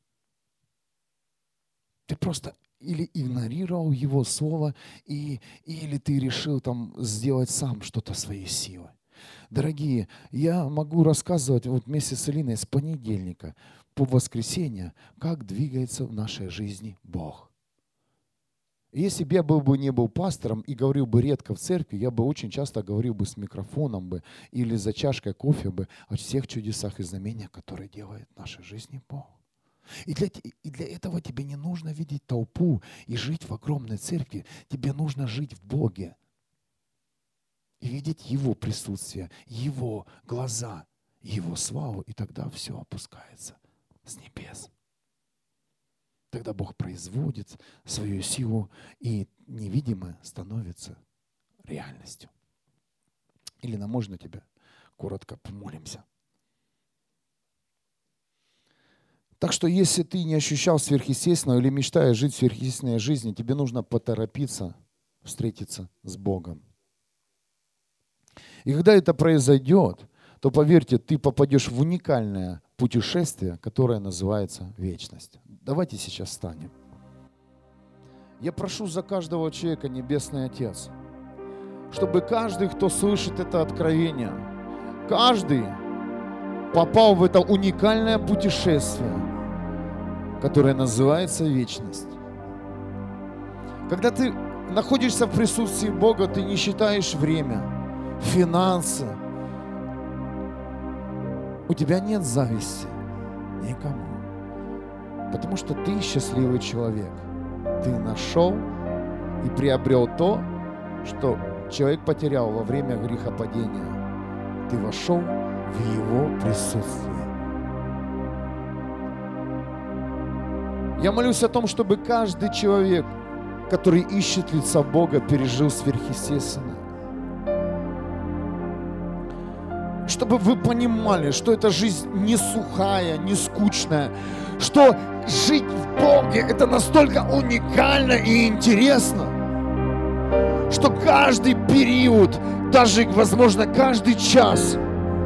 Ты просто или игнорировал Его Слово, или ты решил там сделать сам что-то своей силой. Дорогие, я могу рассказывать вот вместе с Элиной с понедельника по воскресенье, как двигается в нашей жизни Бог. Если бы я не был пастором и говорил бы редко в церкви, я бы очень часто говорил бы с микрофоном бы или за чашкой кофе бы о всех чудесах и знамениях, которые делает в нашей жизни Бог. И для этого тебе не нужно видеть толпу и жить в огромной церкви. Тебе нужно жить в Боге и видеть Его присутствие, Его глаза, Его славу, и тогда все опускается с небес. Тогда Бог производит свою силу, и невидимое становится реальностью. Илина, можно тебя коротко помолимся? Так что, если ты не ощущал сверхъестественного или мечтаешь жить сверхъестественной жизнью, тебе нужно поторопиться встретиться с Богом. И когда это произойдет, то, поверьте, ты попадешь в уникальное путешествие, которое называется вечность. Давайте сейчас встанем. Я прошу за каждого человека, Небесный Отец, чтобы каждый, кто слышит это откровение, каждый попал в это уникальное путешествие, которое называется вечность. Когда ты находишься в присутствии Бога, ты не считаешь время, финансы. У тебя нет зависти никому. Потому что ты счастливый человек. Ты нашел и приобрел то, что человек потерял во время грехопадения. Ты вошел в Его присутствие. Я молюсь о том, чтобы каждый человек, который ищет лица Бога, пережил сверхъестественное. Чтобы вы понимали, что эта жизнь не сухая, не скучная, что жить в Боге – это настолько уникально и интересно, что каждый период, даже, возможно, каждый час,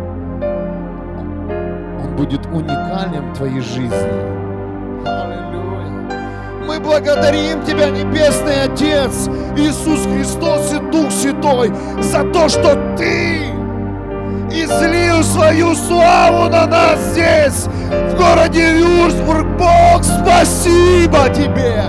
он будет уникальным в твоей жизни. Аллилуйя. Мы благодарим Тебя, Небесный Отец, Иисус Христос и Дух Святой, за то, что Ты излил свою славу на нас здесь, в городе Вюрцбург. Бог, спасибо Тебе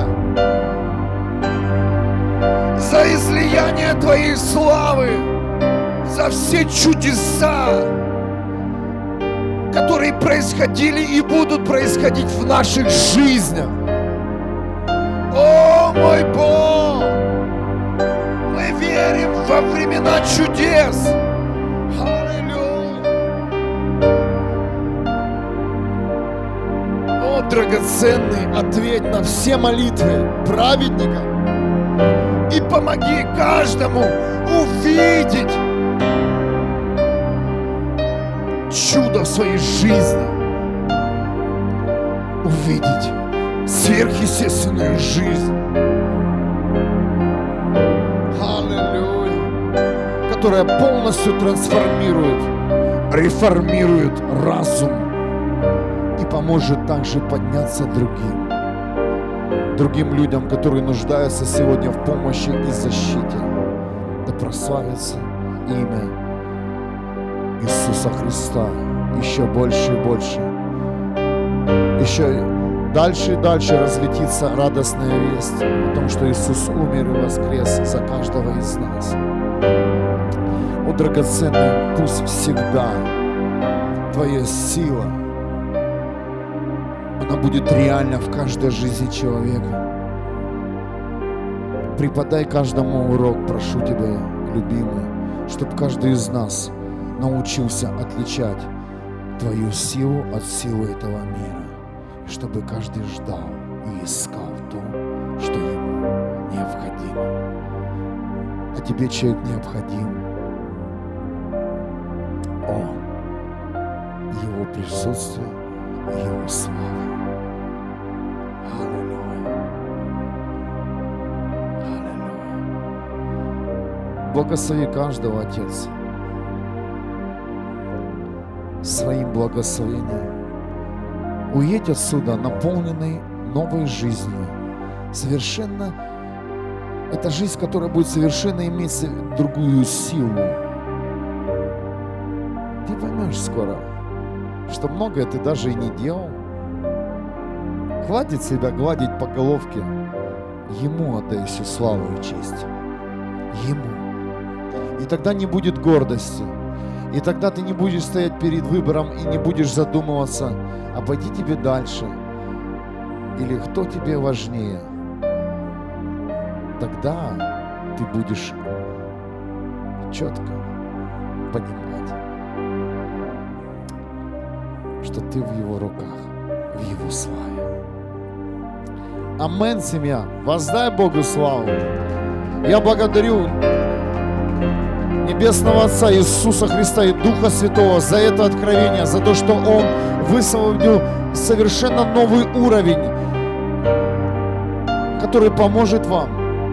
за излияние Твоей славы, за все чудеса, которые происходили и будут происходить в наших жизнях. О, мой Бог! Мы верим во времена чудес. О, драгоценный, ответь на все молитвы праведника и помоги каждому увидеть чудо в своей жизни, увидеть сверхъестественную жизнь, аллилуйя, которая полностью трансформирует, реформирует разум и поможет также подняться другим людям, которые нуждаются сегодня в помощи и защите. Да прославится имя Иисуса Христа еще больше и больше еще дальше и дальше разлетится радостная весть о том, что Иисус умер и воскрес за каждого из нас. О, драгоценный, пусть всегда Твоя сила, она будет реальна в каждой жизни человека. Преподай каждому урок, прошу Тебя, любимый, чтобы каждый из нас научился отличать Твою силу от силы этого мира, чтобы каждый ждал и искал то, что ему необходимо. А Тебе, человек, необходим Его присутствие и Его слава. Аллилуйя. Аллилуйя. Благослови каждого, Отец, своим благословением. Уедь отсюда, наполненный новой жизнью. Совершенно, это жизнь, которая будет совершенно иметь другую силу. Ты поймешь скоро, что многое ты даже и не делал. Хватит себя гладить по головке. Ему отдай всю славу и честь. Ему. И тогда не будет гордости. И тогда ты не будешь стоять перед выбором и не будешь задумываться, а пойди тебе дальше. Или кто тебе важнее. Тогда ты будешь четко понимать, что ты в Его руках, в Его славе. Амен, семья. Воздай Богу славу. Я благодарю Небесного Отца Иисуса Христа и Духа Святого за это откровение, за то, что Он высвободил совершенно новый уровень, который поможет вам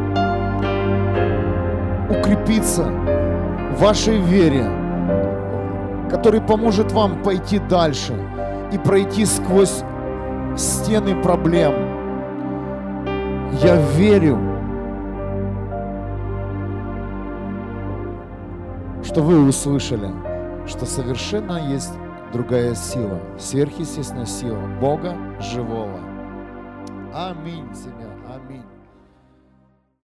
укрепиться в вашей вере, который поможет вам пойти дальше и пройти сквозь стены проблем. Я верю, что вы услышали, что совершенно есть другая сила, сверхъестественная сила Бога живого. Аминь, семья, аминь.